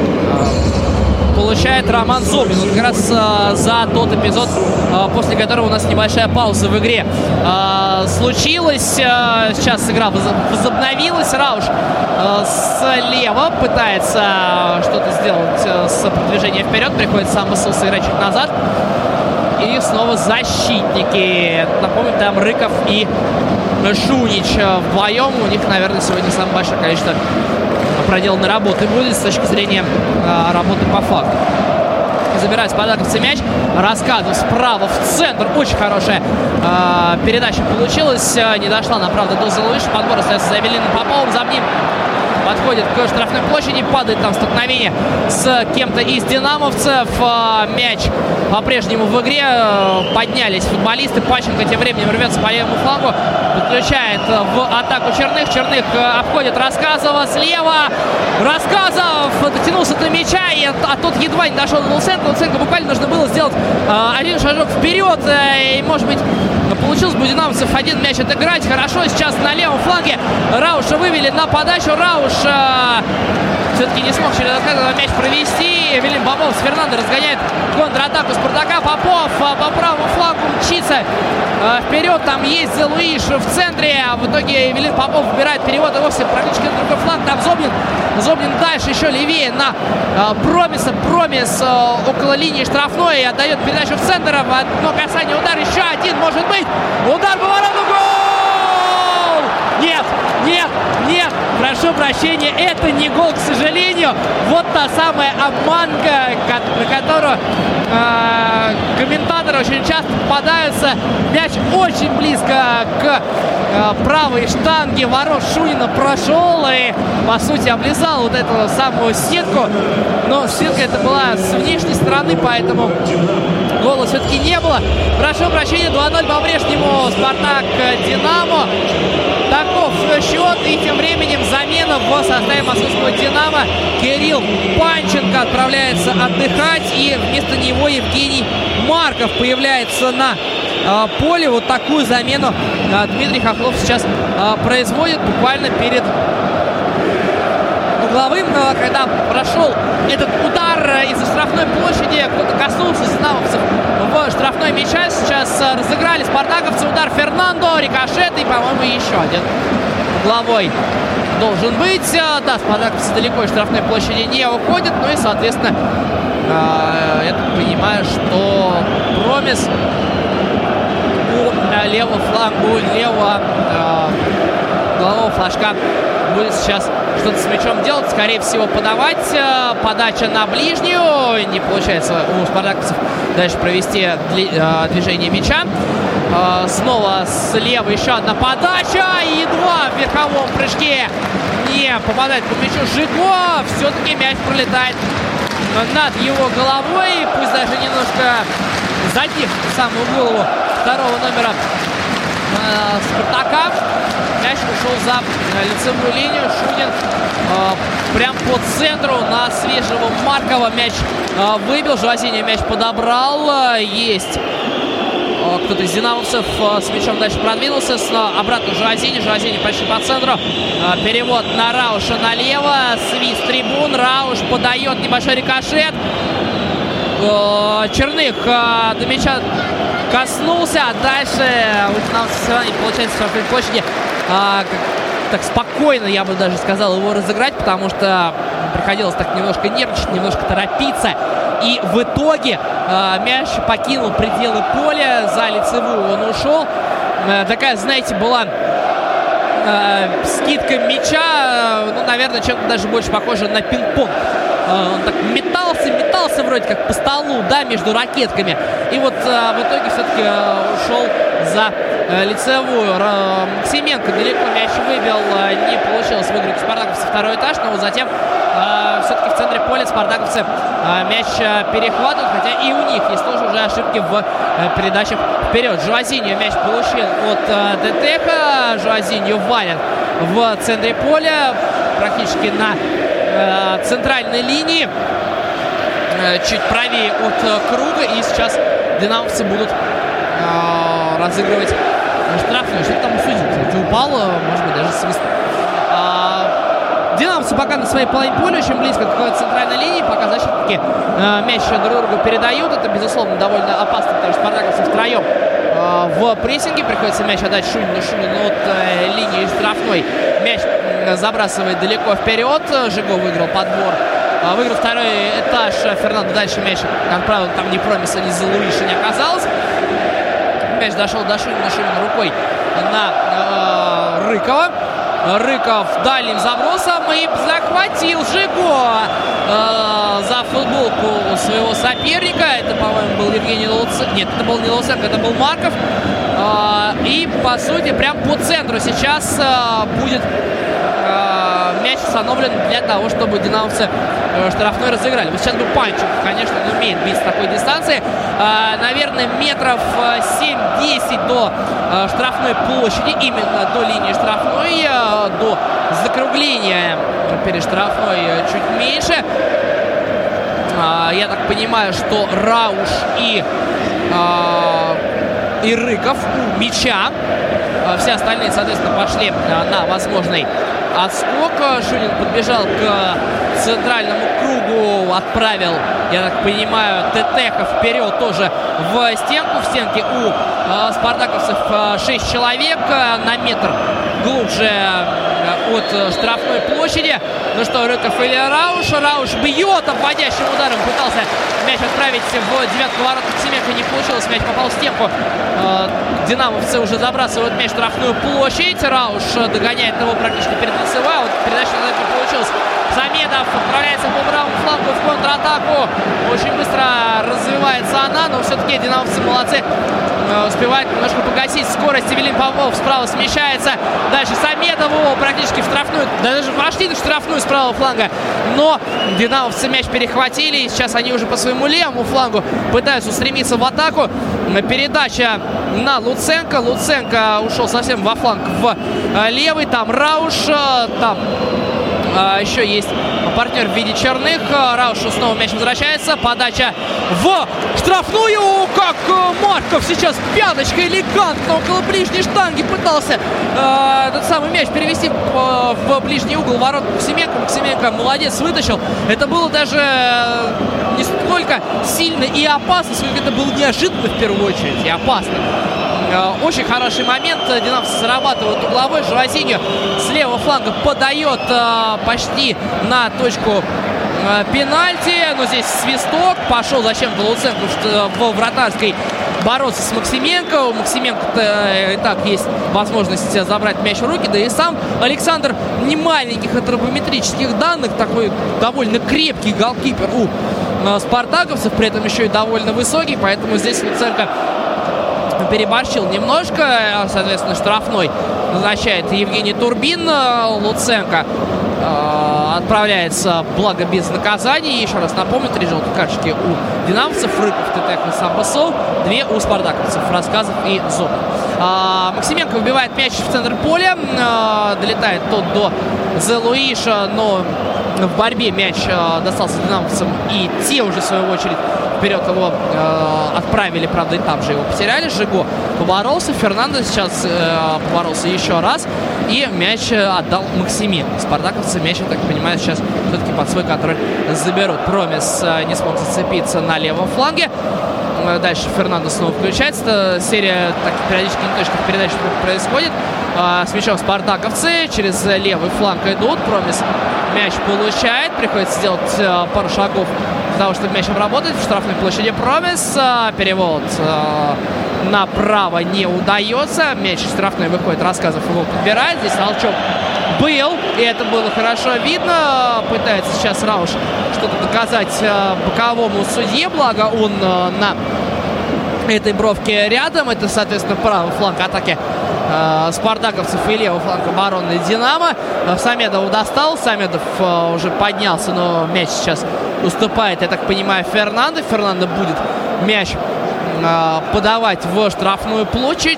Speaker 4: получает Роман Зобин. Вот как раз за тот эпизод, после которого у нас небольшая пауза в игре случилась. Сейчас игра возобновилась. Рауш слева пытается что-то сделать с продвижением вперед. Приходит сам Басоу сыграть чуть назад. И снова защитники. Напомню, там Рыков и Шунич вдвоем. У них, наверное, сегодня самое большое количество проделанной работы будет с точки зрения работы по факту. Забирает спартаковцы мяч. Раскадов справа в центр. Очень хорошая передача получилась. Не дошла, она, правда, до Залуиша. Подбор остается за Ивелином Поповым. За ним подходит к штрафной площади. Падает там столкновение с кем-то из динамовцев. Мяч по-прежнему в игре. Поднялись футболисты. Пащенко тем временем рвется по левому флангу. Подключает в атаку Черных. Черных обходит Рассказова слева. Рассказов дотянулся до мяча. А тот едва не дошел до Луценко. Луценко буквально нужно было сделать один шажок вперед. И, может быть, получилось бы у динамовцев один мяч отыграть. Хорошо сейчас на левом фланге Рауша вывели на подачу. Рауш все-таки не смог через этот мяч провести. Вилим Попов с Фернандо разгоняет контратаку Спартака. Попов по правому флангу мчится вперед. Там есть Луиш в центре. А в итоге Вилим Попов выбирает перевод и вовсе практически на другой фланг. Там Зобнин дальше еще левее на Промиса. Промис около линии штрафной отдает передачу в центр. Одно касание, удар, еще один может быть. Удар по вороту, гол! Нет, прошу прощения, это не гол, к сожалению. Вот та самая обманка, на которую комментаторы очень часто попадаются. Мяч очень близко к правой штанге ворот Шунина прошел и, по сути, облизал вот эту самую сетку. Но сетка это была с внешней стороны, поэтому гола все-таки не было. Прошу прощения, 2-0 по-прежнему Спартак-Динамо. Таков счет. И тем временем замена в составе московского «Динамо». Кирилл Панченко отправляется отдыхать. И вместо него Евгений Марков появляется на поле. Вот такую замену Дмитрий Хохлов сейчас производит буквально перед угловым, когда прошел этот удар из-за штрафной площади. Кто-то коснулся динамовцев в штрафной мяча. Сейчас разыграли спартаковцы. Удар Фернандо, рикошет и, по-моему, еще один угловой должен быть. Да, спартаковцы далеко из штрафной площади не уходят. Ну и, соответственно, я так понимаю, что Промис у левого флангу, левого головного флажка будет сейчас что-то с мячом делать, скорее всего подавать. Подача на ближнюю. Не получается у спартаковцев дальше провести движение мяча. Снова слева еще одна подача. И едва в верховом прыжке не попадает по мячу Жиго. Все-таки мяч пролетает над его головой. Пусть даже немножко задев самую голову второго номера Спартака. Мяч ушел за лицевую линию. Шунин прям по центру на свежего Маркова мяч выбил. Жуазини мяч подобрал. Есть кто-то из динамовцев с мячом дальше продвинулся. Обратно Жуазини. Жуазини почти по центру. Перевод на Рауша налево. Свист трибун. Рауш подает небольшой рикошет. Черных до мяча коснулся, а дальше у динамовцев все равно не получается в штрафной площади так спокойно, я бы даже сказал, его разыграть, потому что приходилось так немножко нервничать, немножко торопиться. И в итоге мяч покинул пределы поля, за лицевую он ушел. Такая, знаете, была скидка мяча, ну, наверное, чем-то даже больше похоже на пинг-понг. Он так метался вроде как по столу, да, между ракетками. И вот в итоге все-таки ушел за лицевую. Максименко далеко мяч выбил, не получилось выиграть у спартаковцев второй этаж, но затем все-таки в центре поля спартаковцы мяч перехватывают, хотя и у них есть тоже уже ошибки в передачах вперед. Жуазиньо мяч получил от Детека. Жуазиньо валят в центре поля, практически на центральной линии, чуть правее от круга. И сейчас динамовцы будут разыгрывать штрафную. Что-то там у судьи, кстати, упало, может быть, даже свист. Динамовцы пока на своей половине поля, очень близко к центральной линии. Пока защитники мяч друг другу передают. Это, безусловно, довольно опасно, потому что спартаковцы втроем в прессинге. Приходится мяч отдать Шунину. Шунин от линии штрафной. Мяч забрасывает далеко вперед. Жиго выиграл подбор. Выиграл второй этаж. Фернандо дальше мяч отправил. Там ни Промиса, ни Залуиша не оказалось. Мяч дошел до Шунина. Шунин рукой на Рыкова. Рыков дальним забросом и захватил Жиго за футболку своего соперника. Это, по-моему, был Евгений Луценко. Нет, это был не Луценко, это был Марков. И, по сути, прям по центру сейчас будет мяч установлен для того, чтобы динамовцы штрафной разыграли. Вот сейчас бы Панченко, конечно, он умеет бить с такой дистанции. Наверное, метров 7-10 до штрафной площади, именно до линии штрафной, до закругления перед штрафной чуть меньше. Я так понимаю, что Рауш и Рыков у мяча. Все остальные, соответственно, пошли на возможный отскок. Шунин подбежал к центральному кругу отправил, я так понимаю, Тетеха вперед тоже в стенку. В стенке у спартаковцев 6 человек, на метр глубже от штрафной площади. Ну что, Рыков или Рауш? Рауш бьет обводящим ударом, пытался мяч отправить в девятку ворот Максименко, не получилось, мяч попал в стенку. Динамовцы уже забрасывают мяч в штрафную площадь. Рауш догоняет его практически перед лицевой, вот передача не получилась. Замедов отправляется по правому флангу в контратаку. Очень быстро развивается она, но все-таки динамовцы молодцы. Успевает немножко погасить скорость. Эвелин Павлов справа смещается. Дальше Самедову практически в штрафную, даже почти в штрафную с правого фланга. Но динамовцы мяч перехватили. И сейчас они уже по своему левому флангу пытаются устремиться в атаку. Передача на Луценко. Луценко ушел совсем во фланг в левый. Там Рауш, там еще есть партнер в виде Черных. Раушу снова мяч возвращается. Подача в штрафную. Как Марков сейчас пяточкой элегантно около ближней штанги пытался этот самый мяч перевести в ближний угол ворот Максименко. Максименко молодец, вытащил. Это было даже не столько сильно и опасно, сколько это было неожиданно в первую очередь и опасно. Очень хороший момент. Динамовцы зарабатывают угловой. Жуазиньо с левого фланга подает почти на точку пенальти. Но здесь свисток. Пошел зачем-то Луценко в вратарской бороться с Максименко. У Максименко и так есть возможность забрать мяч в руки. Да и сам Александр не маленьких антропометрических данных. Такой довольно крепкий голкипер у спартаковцев. При этом еще и довольно высокий. Поэтому здесь Луценко переборщил немножко. Соответственно, штрафной назначает Евгений Турбин. Луценко отправляется, благо без наказаний. Еще раз напомню, 3 желтые карточки у динамовцев, Рыков, Тетех и Самбасов, 2 у спартаковцев, Рассказов и Зобин. Максименко вбивает мяч в центр поля. Долетает тот до Зелуиша, но в борьбе мяч достался динамовцам, и те уже в свою очередь вперед его отправили, правда, и там же его потеряли. Жиго поборолся, Фернандо сейчас поборолся еще раз, и мяч отдал Максименко. Спартаковцы мяч, я так понимаю, сейчас все-таки под свой контроль заберут. Промес не смог зацепиться на левом фланге. Дальше Фернандо снова включается. Серия таких периодически неточных передач происходит. С мячом спартаковцы через левый фланг идут. Промес мяч получает. Приходится сделать пару шагов для того, чтобы мяч обработать. В штрафной площади Промес. Перевод направо не удается. Мяч штрафной выходит. Рассказов его подбирает. Здесь толчок был, и это было хорошо видно. Пытается сейчас Рауш что-то доказать боковому судье, благо он на этой бровке рядом. Это, соответственно, правый фланг атаки спартаковцев и левый фланг обороны Динамо. Самедов достал, Самедов уже поднялся, но мяч сейчас уступает, я так понимаю, Фернандо. Фернандо будет мяч подавать в штрафную площадь.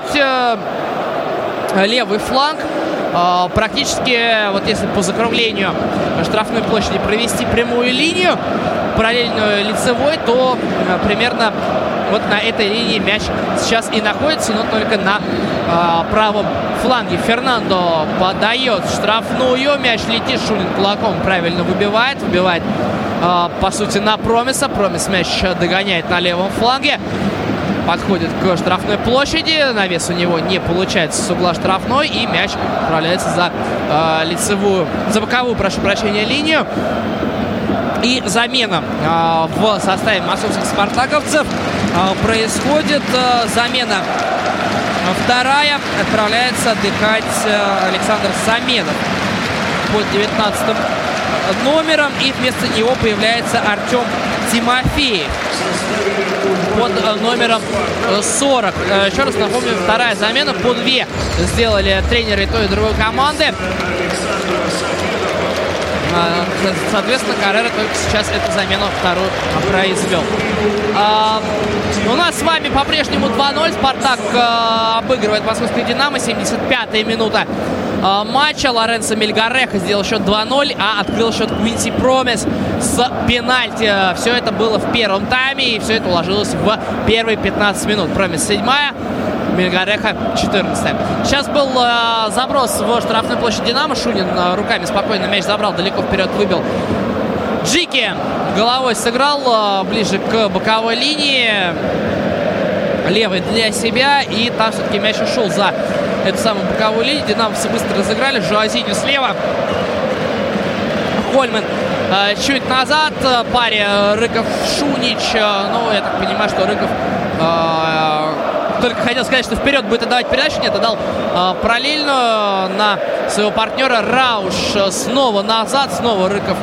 Speaker 4: Левый фланг. Практически, вот если по закруглению штрафной площади провести прямую линию, параллельную лицевой, то примерно вот на этой линии мяч сейчас и находится, но только на правом фланге. Фернандо подает штрафную, мяч летит, Шунин кулаком правильно выбивает по сути на Промеса. Промес мяч догоняет на левом фланге. Подходит к штрафной площади. Навес у него не получается с угла штрафной. И мяч отправляется за за боковую, прошу прощения, линию. И замена в составе московских спартаковцев происходит. Замена вторая. Отправляется отдыхать Александр Самедов под 19 номером. И вместо него появляется Артем Тимофеев под номером 40. Еще раз напомню, вторая замена. По 2 сделали тренеры той и другой команды. Соответственно, Каррера только сейчас эту замену вторую произвел. У нас с вами по-прежнему 2-0. Спартак обыгрывает московское Динамо. 75-я минута матча. Лоренцо Мельгареха сделал счет 2-0, а открыл счет Квинси Промес с пенальти. Все это было в первом тайме, и все это уложилось в первые 15 минут. Промес 7-я, Мельгареха 14-я. Сейчас был заброс в штрафную площадь Динамо. Шунин руками спокойно мяч забрал, далеко вперед выбил Джики головой сыграл ближе к боковой линии. Левый для себя. И там все-таки мяч ушел за эту самую боковую линию. Динамовцы быстро разыграли. Жуазиньо слева. Хольман чуть назад. Паре Рыков-Шунич. Ну, я так понимаю, что Рыков только хотел сказать, что вперед будет отдавать передачу. Нет, отдал параллельно на своего партнера. Рауш снова назад. Снова Рыков.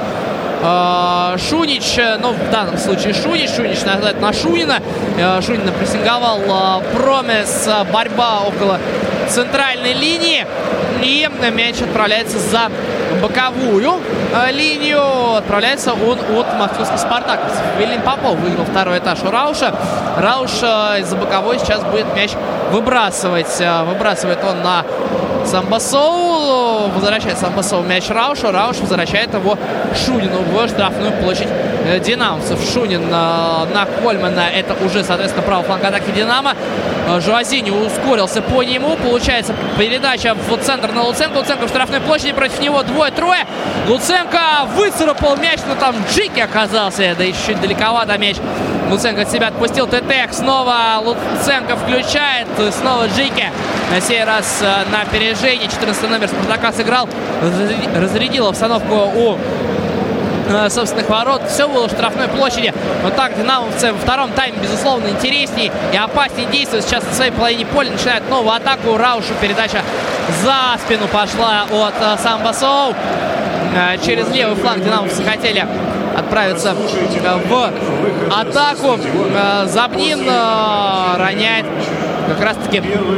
Speaker 4: Шунич, ну в данном случае Шунич назад на Шунина. Шунина прессинговал Промес. Борьба около центральной линии. И мяч отправляется за боковую линию. Отправляется он от московских спартаковцев. Велин Попов выиграл второй этаж у Рауша. Рауш из-за боковой сейчас будет мяч выбрасывать. Выбрасывает он на Самбасоу. Возвращает Самбасоу мяч Раушу. Рауш возвращает его Шунину в штрафную площадь динамовцев. Шунин на Хольмана. Это уже, соответственно, правый фланг атаки Динамо. Жуазиньо ускорился по нему. Получается передача в центр на Луценко. Луценко в штрафной площади. Против него двое-трое. Луценко выцарапал мяч, но там Джики оказался. Да еще чуть далековато мяч. Луценко от себя отпустил. ТТХ снова Луценко включает. Снова Джики. На сей раз на опережении. 14 номер Спартака сыграл. Разрядил обстановку у собственных ворот. Все было в штрафной площади. Вот так динамовцы во втором тайме, безусловно, интереснее и опаснее действуют. Сейчас на своей половине поля начинают новую атаку. Раушу передача за спину пошла от Самбасоу. Через левый фланг динамовцы хотели отправиться в атаку. Забнин роняет как раз-таки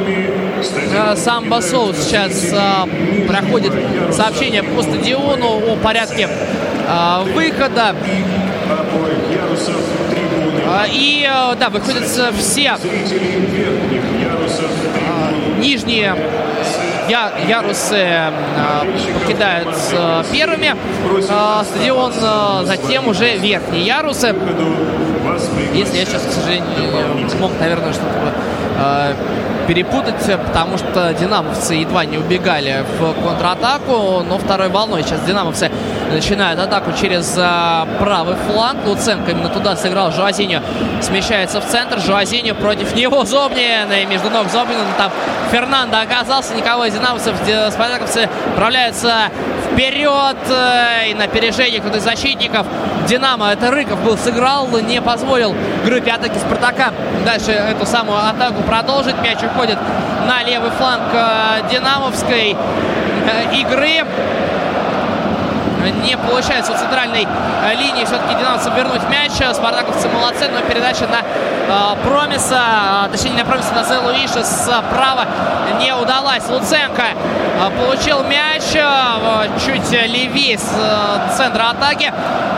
Speaker 4: Самбасоу. Сейчас проходит сообщение по стадиону о порядке выхода. И да, выходят все нижние ярусы покидают первыми стадион, затем уже верхние ярусы. Если я сейчас, к сожалению, мог, наверное, что-то перепутать, потому что динамовцы едва не убегали в контратаку, но второй волной сейчас динамовцы начинают атаку через правый фланг. Луценко именно туда сыграл. Жуазиньо смещается в центр. Жуазиньо против него Зобнин, и между ног Зобнина там Фернандо оказался. Никого из динамовцев. Спартаковцы отправляются вперед, и на опережение кто-то из защитников Динамо, это Рыков был, сыграл, не позволил группе атаки Спартака дальше эту самую атаку продолжить. Мяч уходит на левый фланг динамовской игры. Не получается у центральной линии все-таки динамовцам вернуть мяч. Спартаковцы молодцы, но передача на Промеса, точнее не на Промеса, на Зе Луиша справа не удалась. Луценко получил мяч чуть левее с центра атаки.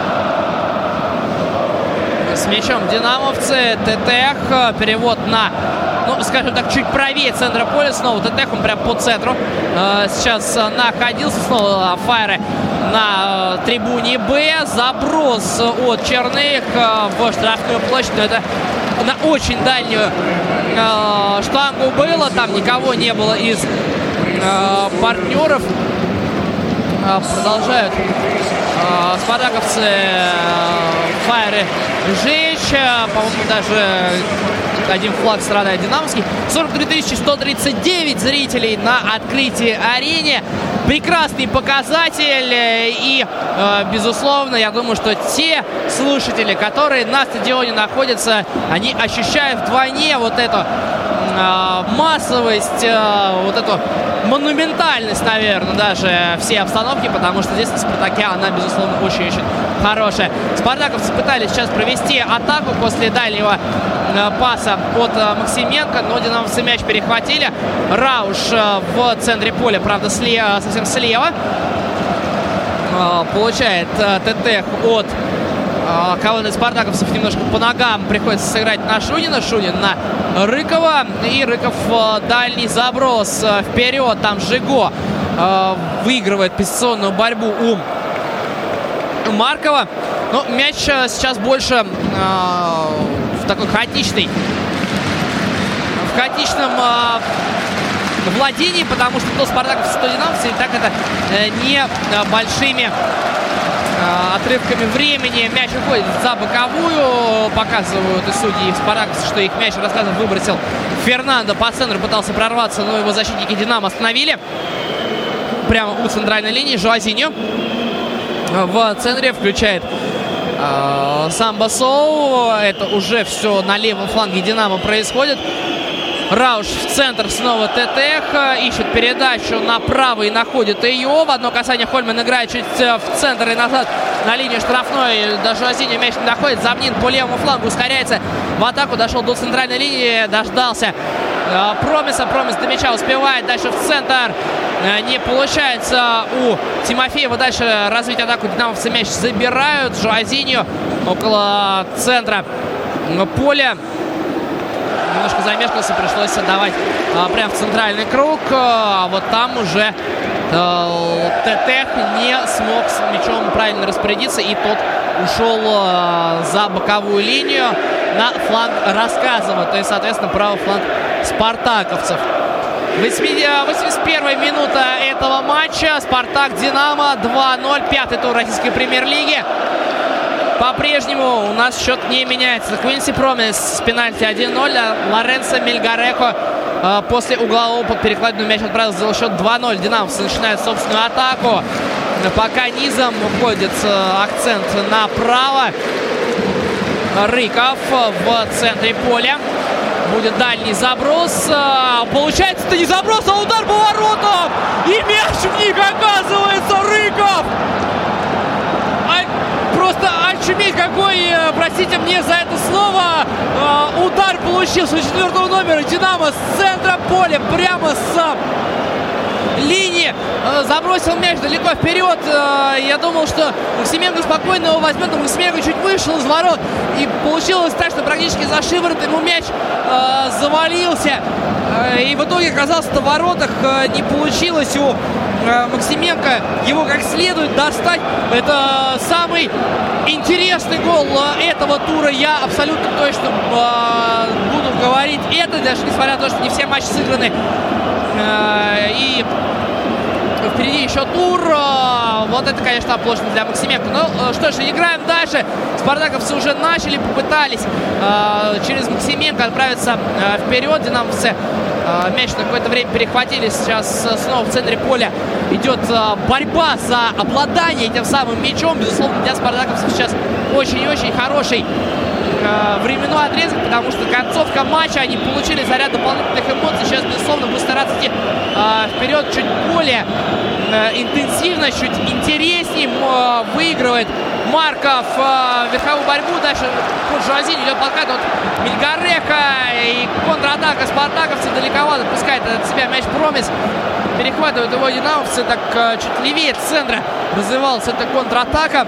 Speaker 4: С мячом динамовцы. ТТХ, перевод на, ну, скажем так, чуть правее центра поля. Снова ТТХ, он прям по центру сейчас находился. Снова файры на трибуне Б. Заброс от Черных в штрафную площадь. Но это на очень дальнюю штангу было. Там никого не было из партнеров. Продолжают спартаковцы файры жечь. По-моему, даже один флаг страдает динамовский. 43 139 зрителей на открытии арене. Прекрасный показатель. И, безусловно, я думаю, что те слушатели, которые на стадионе находятся, они ощущают вдвойне вот эту массовость, вот эту монументальность, наверное, даже всей обстановки, потому что здесь на Спартаке она, безусловно, очень-очень хорошая. Спартаковцы пытались сейчас провести атаку после дальнего паса от Максименко, но динамовцы мяч перехватили. Рауш в центре поля, правда, совсем слева. Получает ТТХ от колонны спартаковцев, немножко по ногам приходится сыграть на Шунина. Шунин на Рыкова. И Рыков дальний заброс вперед. Там Жиго выигрывает позиционную борьбу у Маркова. Но мяч сейчас больше в такой хаотичном владении, потому что то спартаковцы, то динамовцы, и так это не большими отрывками времени. Мяч уходит за боковую. Показывают и судьи, и спартаковцы, что их мяч рассказом выбросил Фернандо по центру. Пытался прорваться, но его защитники «Динамо» остановили. Прямо у центральной линии Жоазиньо в центре включает Самбо Соу. Это уже все на левом фланге «Динамо» происходит. Рауш в центр, снова Тетех, ищет передачу направо и находит ее. В одно касание Хольман играет чуть в центр и назад на линию штрафной. До Жоазиньо мяч не доходит. Замнин по левому флангу ускоряется в атаку. Дошел до центральной линии, дождался Промиса. Промис до мяча успевает. Дальше в центр. Не получается у Тимофеева дальше развить атаку. Динамовцы мяч забирают. Жоазиньо около центра поля. Немножко замешкался, пришлось отдавать прямо в центральный круг. А вот там уже Тетех не смог с мячом правильно распорядиться. И тот ушел за боковую линию на фланг Рассказова. То есть, соответственно, правый фланг спартаковцев. 81-я минута этого матча. Спартак-Динамо 2-0. Пятый тур российской премьер-лиги. По-прежнему у нас счет не меняется. Квинси Промис с пенальти 1-0. А Лоренцо Мельгарехо после углового под перекладину мяч отправил, сделал счет 2-0. Динамовцы начинают собственную атаку. Пока низом уходит акцент направо. Рыков в центре поля. Будет дальний заброс. Получается, это не заброс, а удар по воротам. И мяч в них оказывается. Рыков. Просто очуметь, какой, простите мне за это слово, удар получился у 4-го номера. Динамо с центра поля, прямо с линии забросил мяч далеко вперед. Я думал, что Максименко спокойно его возьмет, но Максименко чуть вышел из ворот. И получилось так, что практически за шиворот ему мяч завалился. И в итоге оказался в воротах. Не получилось у Максименко его как следует достать. Это самый интересный гол этого тура. Я абсолютно точно буду говорить это, даже несмотря на то, что не все матчи сыграны. И впереди еще тур. Вот это, конечно, оплошность для Максименко. Ну что ж, играем дальше. Спартаковцы уже начали, попытались через Максименко отправиться вперед. Динамовцы мяч на какое-то время перехватили. Сейчас снова в центре поля идет борьба за обладание этим самым мячом. Безусловно, для спартаковцев сейчас очень-очень хороший временной отрезок, потому что концовка матча, они получили заряд дополнительных эмоций. Сейчас, безусловно, будут стараться идти вперед чуть более интенсивно, чуть интереснее. Выигрывает Марков верховую борьбу. Дальше под Жоазиньо идет подкат от Мельгареха. И контратака спартаковцев далековато пускает от себя мяч Промис. Перехватывают его динамовцы. Так чуть левее центра развивалась эта контратака.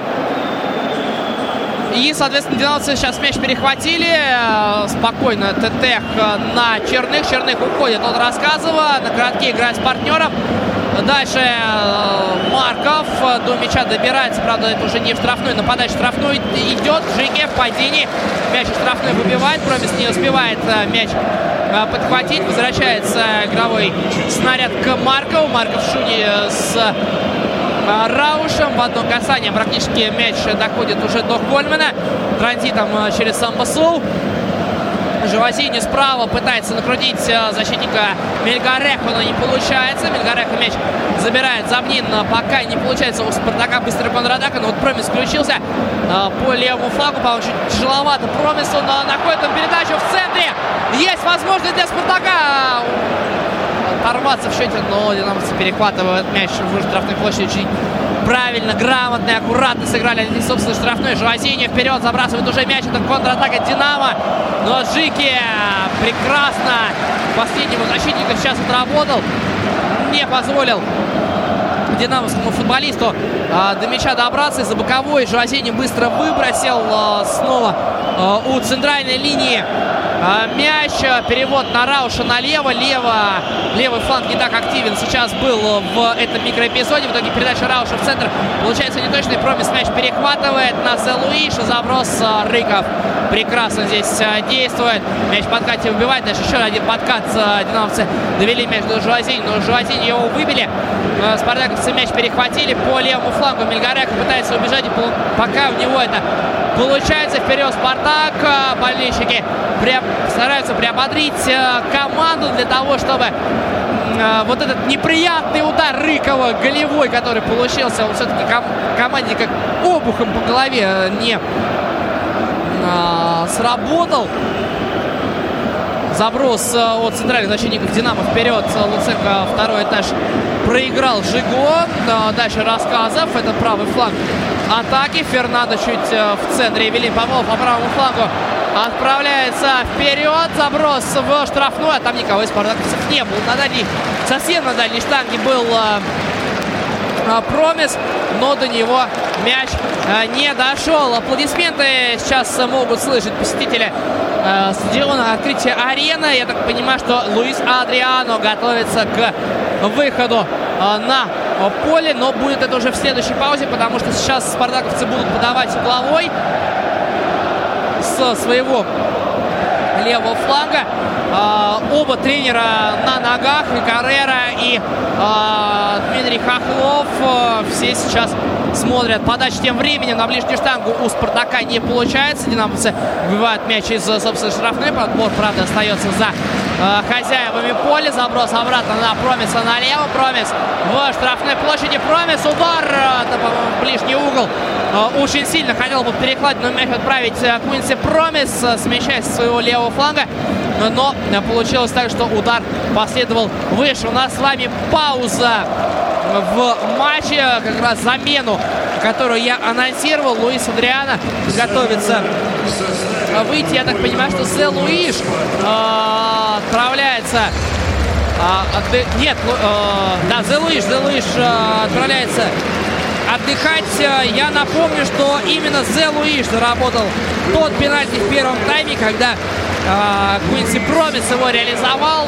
Speaker 4: И, соответственно, динамовцы сейчас мяч перехватили. Спокойно Тетех на Черных. Черных уходит от Рассказова. На коротке играет с партнером. Дальше Марков до мяча добирается. Правда, это уже не в штрафную. На подачу штрафную идет. Жиге в падении. Мяч в штрафную выбивает. Промис не успевает мяч подхватить. Возвращается игровой снаряд к Маркову. Марков в шуне с Раушем. В одно касание практически мяч доходит уже до Хольмана. Транзитом через Самбо Соу. Жоазиньо справа пытается накрутить защитника Мельгарехо, но не получается. Мельгарехо мяч забирает Замнин. Пока не получается у Спартака быстрая контратака. Но вот Промис включился по левому флангу. По-моему, чуть тяжеловато Промису. Но находит он передачу в центре. Есть возможность для Спартака оторваться в счете, но динамовцы перехватывают мяч в штрафной площади. Очень правильно, грамотно и аккуратно сыграли они собственно штрафной. Жоазиньо вперед забрасывает уже мяч. Это контратака Динамо. Но Джики прекрасно последнему защитнику сейчас отработал. Не позволил динамовскому футболисту до мяча добраться. Из-за боковой Жоазиньо быстро выбросил снова у центральной линии. мяч. Перевод на Рауша налево. Левый фланг не так активен сейчас был в этом микроэпизоде. В итоге передача Рауша в центр. Получается неточный. Промис мяч перехватывает на Зе Луиша. Заброс Рыков прекрасно здесь действует. Мяч в подкате выбивает. Дальше еще один подкат. Динамовцы довели мяч до Жуазини, но Жуазини его выбили. Спартаковцы мяч перехватили по левому флангу. Мельгарека пытается убежать, и пока у него это получается. Вперед Спартак. Болельщики стараются приободрить команду для того, чтобы вот этот неприятный удар Рыкова голевой, который получился, он все-таки команде как обухом по голове не сработал. Заброс от центральных защитников «Динамо» вперед. Луценко второй этаж проиграл Жиго. Дальше Рассказов. Это правый фланг атаки. Фернандо чуть в центре. Евелин Павлов по правому флангу отправляется вперед. Заброс в штрафную. А там никого из спартаковцев не было. Совсем на дальней штанге был Промис, но до него мяч не дошел. Аплодисменты сейчас могут слышать посетители стадиона открытия арены. Я так понимаю, что Луис Адриано готовится к выходу на поле, но будет это уже в следующей паузе, потому что сейчас спартаковцы будут подавать угловой с своего левого фланга. Оба тренера на ногах, и Каррера, и Дмитрий Хохлов. Все сейчас смотрят. Подача тем временем на ближнюю штангу у Спартака не получается. Динамовцы выбивают мяч из собственной штрафной. Подбор, правда, остается за хозяевами поля. Заброс обратно на Промиса налево. Промис в штрафной площади. Промис, удар, это, по-моему, в ближний угол. Очень сильно хотел бы перекладину мяч отправить Квинси Промис, смещаясь с своего левого фланга. Но получилось так, что удар последовал выше. У нас с вами пауза в матче. Как раз замену, которую я анонсировал. Луис Адриано готовится выйти. Я так понимаю, что Зе Луиш отправляется... Зе Луиш отправляется отдыхать. Я напомню, что именно Зе Луиш заработал тот пенальти в первом тайме, когда Квинси Промис его реализовал.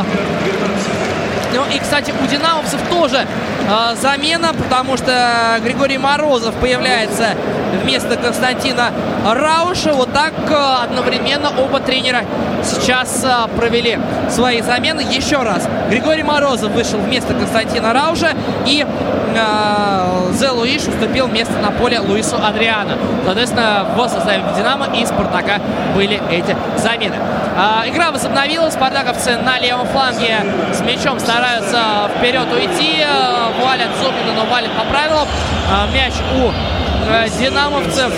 Speaker 4: Ну и, кстати, у динамовцев тоже замена, потому что Григорий Морозов появляется вместо Константина Рауша. Вот так одновременно оба тренера сейчас провели свои замены. Еще раз, Григорий Морозов вышел вместо Константина Рауша, и Зе Луиш уступил место на поле Луису Адриано. Соответственно, в составе «Динамо» и «Спартака» были эти замены. Игра возобновилась. Спартаковцы на левом фланге с мячом стараются вперед уйти. Валят Зубина, но валят по правилам. Мяч у динамовцев.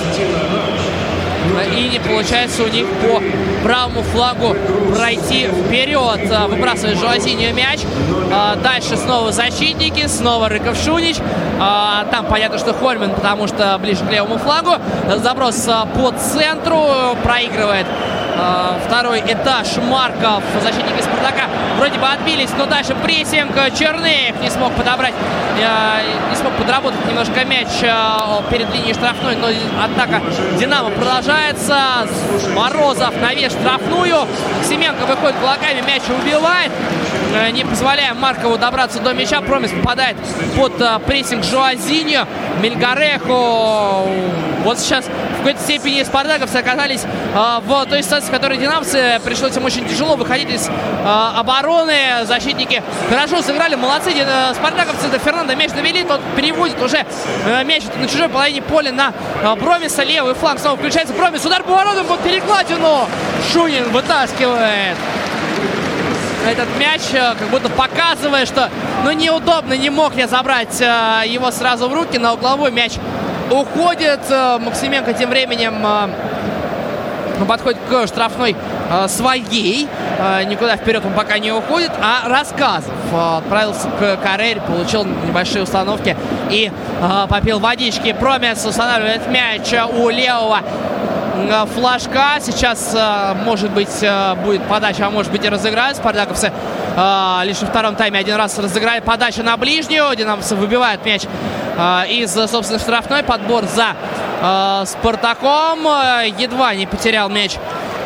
Speaker 4: И не получается у них по правому флангу пройти вперед. Выбрасывает Жуазиньо мяч. Дальше снова защитники. Снова Рыков-Шунич. Там понятно, что Хольман, потому что ближе к левому флангу. Заброс по центру. Проигрывает второй этаж Марков. Защитники Спартака вроде бы отбились, но дальше прессинг. Чернеев не смог подобрать, не смог подработать немножко мяч перед линией штрафной, но атака Динамо продолжается. Морозов навес штрафную. Семенко выходит кулаками, мяч убивает, не позволяя Маркову добраться до мяча. Промис попадает под прессинг Жуазиньо. Мельгареху. Вот сейчас в какой-то степени спартаковцы оказались в той ситуации, в которой динамовцы пришлось им очень тяжело выходить из обороны. Защитники хорошо сыграли, молодцы. Спартаковцы до Фернандо мяч навели, тот переводит уже мяч на чужой половине поля на Промиса. Левый фланг снова включается. Промис, удар поворотом под перекладину. Шунин вытаскивает этот мяч, как будто показывая, что неудобно, не мог я забрать его сразу в руки. На угловой мяч уходит. Максименко тем временем подходит к штрафной своей. Никуда вперед он пока не уходит. А Рассказов отправился к Каррере, получил небольшие установки и попил водички. Промис устанавливает мяч у левого флажка. Сейчас, может быть, будет подача, а может быть и разыграют спартаковцы. Лишь во втором тайме один раз разыграли подачу на ближнюю. Динамовцы выбивают мяч из собственной штрафной. Подбор за Спартаком. Едва не потерял мяч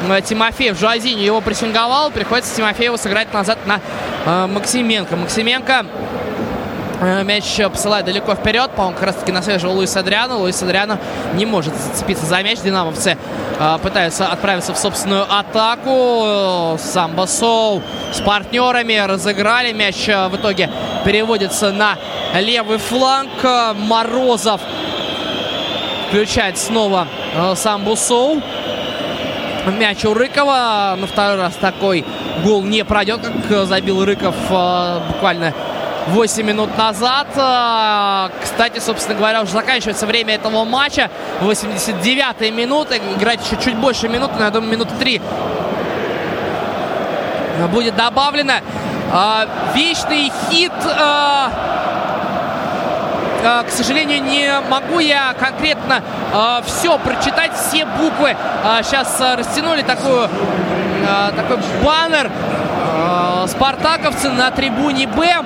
Speaker 4: Тимофеев. Жуазиньо его прессинговал. Приходится Тимофееву сыграть назад на Максименко. Максименко мяч посылает далеко вперед. По-моему, как раз-таки на свежего Луис Адриано. Луис Адриано не может зацепиться за мяч. Динамовцы пытаются отправиться в собственную атаку. Самбо Соу с партнерами разыграли. Мяч в итоге переводится на левый фланг. Морозов включает снова Самбо Соу. Мяч у Рыкова. На второй раз такой гол не пройдет, как забил Рыков буквально 8 минут назад. Кстати, собственно говоря, уже заканчивается время этого матча. 89-я минута. Играть еще чуть больше минуты, но я думаю, минуты 3 будет добавлено. Вечный хит. К сожалению, не могу я конкретно все прочитать, все буквы. Сейчас растянули такой баннер. Спартаковцы на трибуне Б.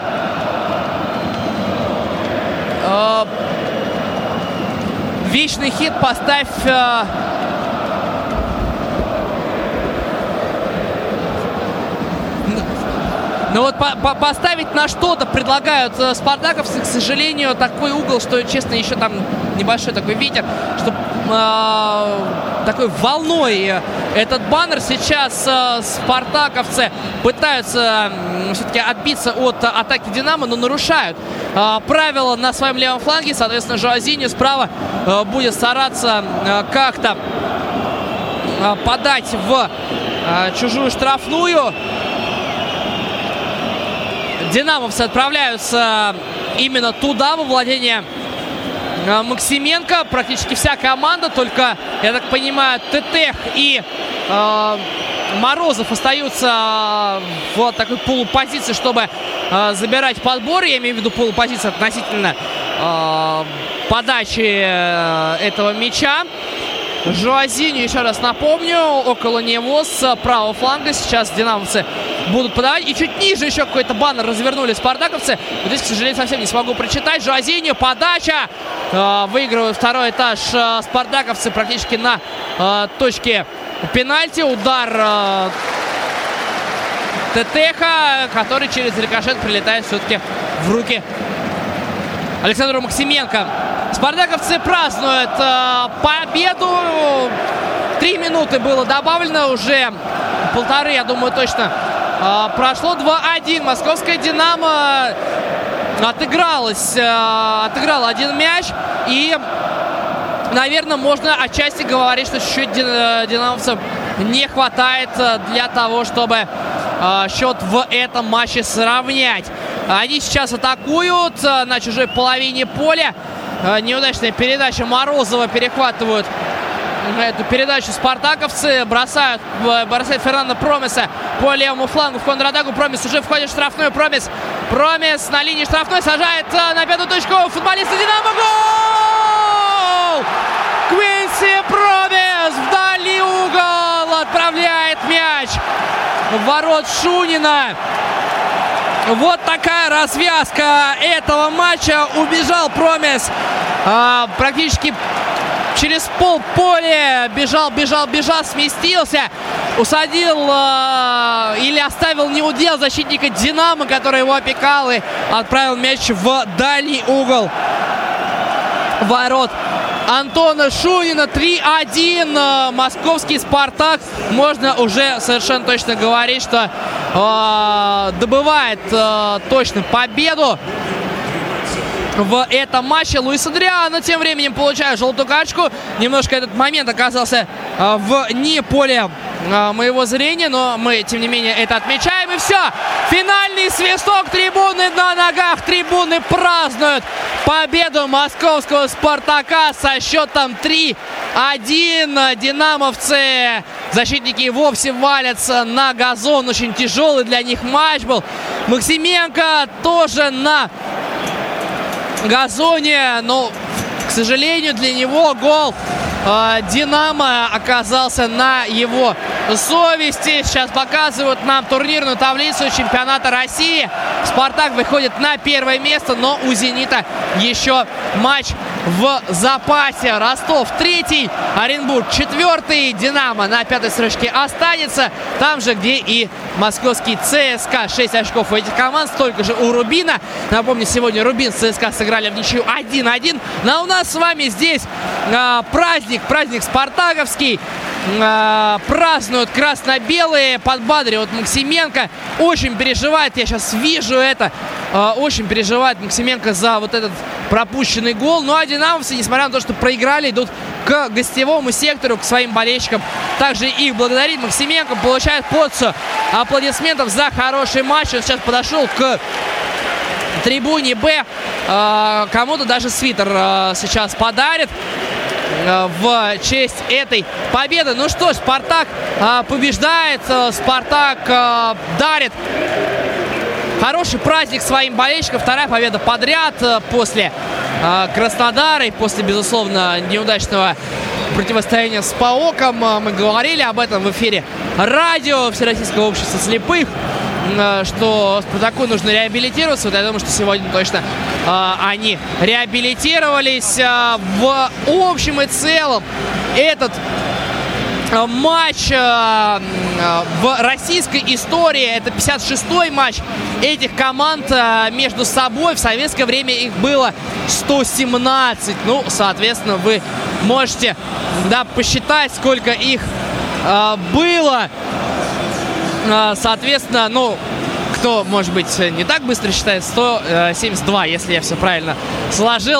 Speaker 4: Вечный хит, поставь... Ну вот поставить на что-то предлагают спартаковцы. К сожалению, такой угол, что, честно, еще там небольшой такой ветер, что такой волной этот баннер. Сейчас спартаковцы пытаются все-таки отбиться от атаки Динамо, но нарушают правила на своем левом фланге. Соответственно, Жуазиньо справа будет стараться как-то подать в чужую штрафную. Динамовцы отправляются именно туда, во владение Максименко. Практически вся команда, только, я так понимаю, Тетех и Морозов остаются в такой полупозиции, чтобы забирать подбор. Я имею в виду полупозицию относительно подачи этого мяча. Жуазиньо, еще раз напомню, около него с правого фланга сейчас динамовцы будут подавать. И чуть ниже еще какой-то баннер развернули спартаковцы. Вот здесь, к сожалению, совсем не смогу прочитать. Жуазиньо, подача. Выигрывают второй этаж спартаковцы практически на точке пенальти. Удар Тетеха, который через рикошет прилетает все-таки в руки Александру Максименко. Спартаковцы празднуют победу. 3 минуты было добавлено, уже полторы, я думаю, точно прошло. 2-1. Московская «Динамо» отыграла один мяч. И, наверное, можно отчасти говорить, что чуть-чуть динамовцам не хватает для того, чтобы счет в этом матче сравнять. Они сейчас атакуют на чужой половине поля. Неудачная передача Морозова, перехватывают эту передачу спартаковцы. Бросает Фернандо Промеса по левому флангу в контратаку. Промес уже входит в штрафную. Промес на линии штрафной сажает на пятую точку футболиста «Динамо». Гол! Квинси Промес вдали угол отправляет мяч в ворот Шунина. Вот такая развязка этого матча. Убежал Промес практически через полполя. Бежал, сместился. Усадил или оставил неудел защитника «Динамо», который его опекал, и отправил мяч в дальний угол ворот Антона Шунина. 3-1. Московский «Спартак», можно уже совершенно точно говорить, что добывает точно победу в этом матче. Луис Адриано тем временем получает желтую карточку. Немножко этот момент оказался вне поля моего зрения, но мы, тем не менее, это отмечаем. И все, финальный свисток, трибуны на ногах, трибуны празднуют победу московского «Спартака» со счетом 3-1. Динамовцы, защитники, вовсе валятся на газон. Очень тяжелый для них матч был. Максименко тоже на газоне, но, к сожалению, для него гол «Динамо» оказался на его совести. Сейчас показывают нам турнирную таблицу чемпионата России. «Спартак» выходит на первое место, но у «Зенита» еще матч в запасе. Ростов 3-й, Оренбург 4-й, Динамо на 5-й строчке останется. Там же, где и московский ЦСКА. 6 очков у этих команд, столько же у Рубина. Напомню, сегодня Рубин с ЦСКА сыграли в ничью 1-1. Но у нас с вами здесь праздник спартаковский. Празднуют красно-белые, подбадривают Максименко. Очень переживает, я сейчас вижу это, очень переживает Максименко за вот этот пропущенный гол. Ну а динамовцы, несмотря на то, что проиграли, идут к гостевому сектору, к своим болельщикам. Также их благодарит. Максименко получает порцию аплодисментов за хороший матч. Он сейчас подошел к трибуне Б. Кому-то даже свитер сейчас подарит в честь этой победы. Ну что ж, Спартак побеждает, Спартак дарит хороший праздник своим болельщикам. Вторая победа подряд после Краснодара и после, безусловно, неудачного противостояния с ПАОКом. Мы говорили об этом в эфире радио Всероссийского общества слепых, что Спартаку нужно реабилитироваться. Вот я думаю, что сегодня точно они реабилитировались. В общем и целом этот матч в российской истории, это 56-й матч этих команд между собой. В советское время их было 117. Ну, соответственно, вы можете, да, посчитать, сколько их было. Соответственно, ну, кто, может быть, не так быстро считает, 172, если я все правильно сложил.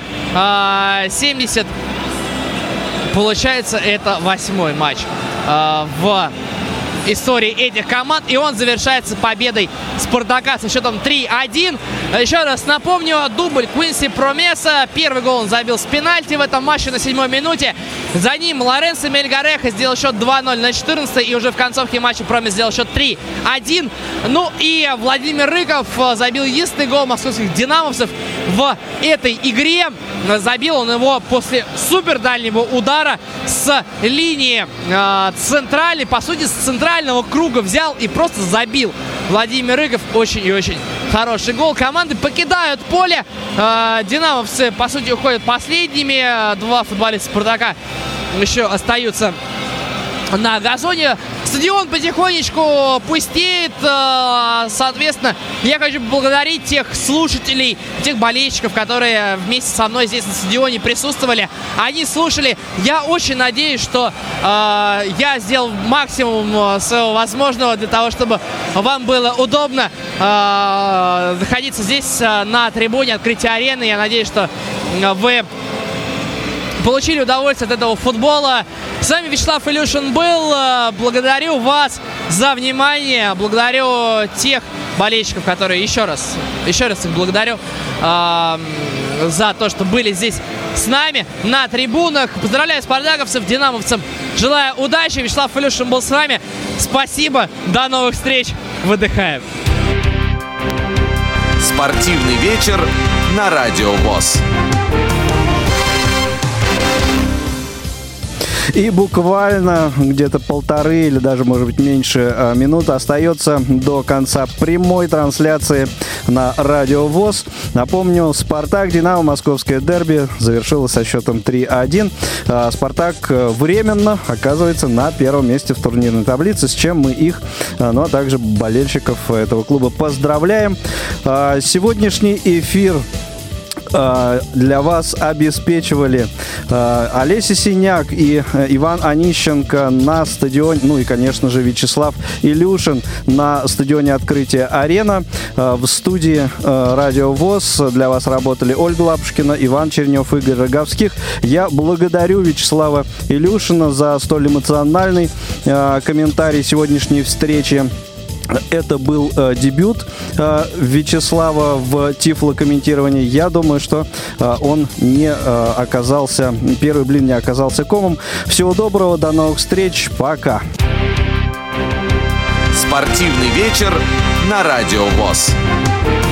Speaker 4: 170, получается, это 8-й матч в истории этих команд. И он завершается победой Спартака со счетом 3-1. Еще раз напомню, дубль Квинси Промеса. Первый гол он забил с пенальти в этом матче на 7-й минуте. За ним Лоренцо Мельгареха сделал счет 2-0 на 14-й. И уже в концовке матча Промес сделал счет 3-1. Ну и Владимир Рыков забил единственный гол московских динамовцев в этой игре. Забил он его после супер дальнего удара с линии центральной. По сути, с центрального круга взял и просто забил Владимир Рыков. Очень и очень хороший гол. Команды покидают поле. Динамовцы, по сути, уходят последними. Два футболиста Спартака еще остаются на газоне. Стадион потихонечку пустеет. Соответственно, я хочу поблагодарить тех слушателей, тех болельщиков, которые вместе со мной здесь на стадионе присутствовали. Они слушали. Я очень надеюсь, что я сделал максимум своего возможного для того, чтобы вам было удобно находиться здесь на трибуне открытия арены. Я надеюсь, что вы получили удовольствие от этого футбола. С вами Вячеслав Илюшин был. Благодарю вас за внимание. Благодарю тех болельщиков, которые еще раз их благодарю за то, что были здесь с нами на трибунах. Поздравляю спартаковцев, динамовцев. Желаю удачи. Вячеслав Илюшин был с вами. Спасибо. До новых встреч. Выдыхаем.
Speaker 1: Спортивный вечер на Радио ВОС.
Speaker 2: И буквально где-то полторы или даже, может быть, меньше минуты остается до конца прямой трансляции на Радио ВОС. Напомню, Спартак, Динамо, московское дерби завершилось со счетом 3-1. Спартак временно оказывается на первом месте в турнирной таблице, с чем мы их, ну а также болельщиков этого клуба поздравляем. Сегодняшний эфир для вас обеспечивали Олеся Синяк и Иван Онищенко на стадионе, ну и, конечно же, Вячеслав Илюшин на стадионе открытия «Арена». В студии Радио ВОС для вас работали Ольга Лапушкина, Иван Черенев, Игорь Роговских. Я благодарю Вячеслава Илюшина за столь эмоциональный комментарий сегодняшней встречи. Это был дебют Вячеслава в тифлокомментировании. Я думаю, что он не оказался, первый блин не оказался комом. Всего доброго, до новых встреч, пока.
Speaker 1: Спортивный вечер на Радио ВОС.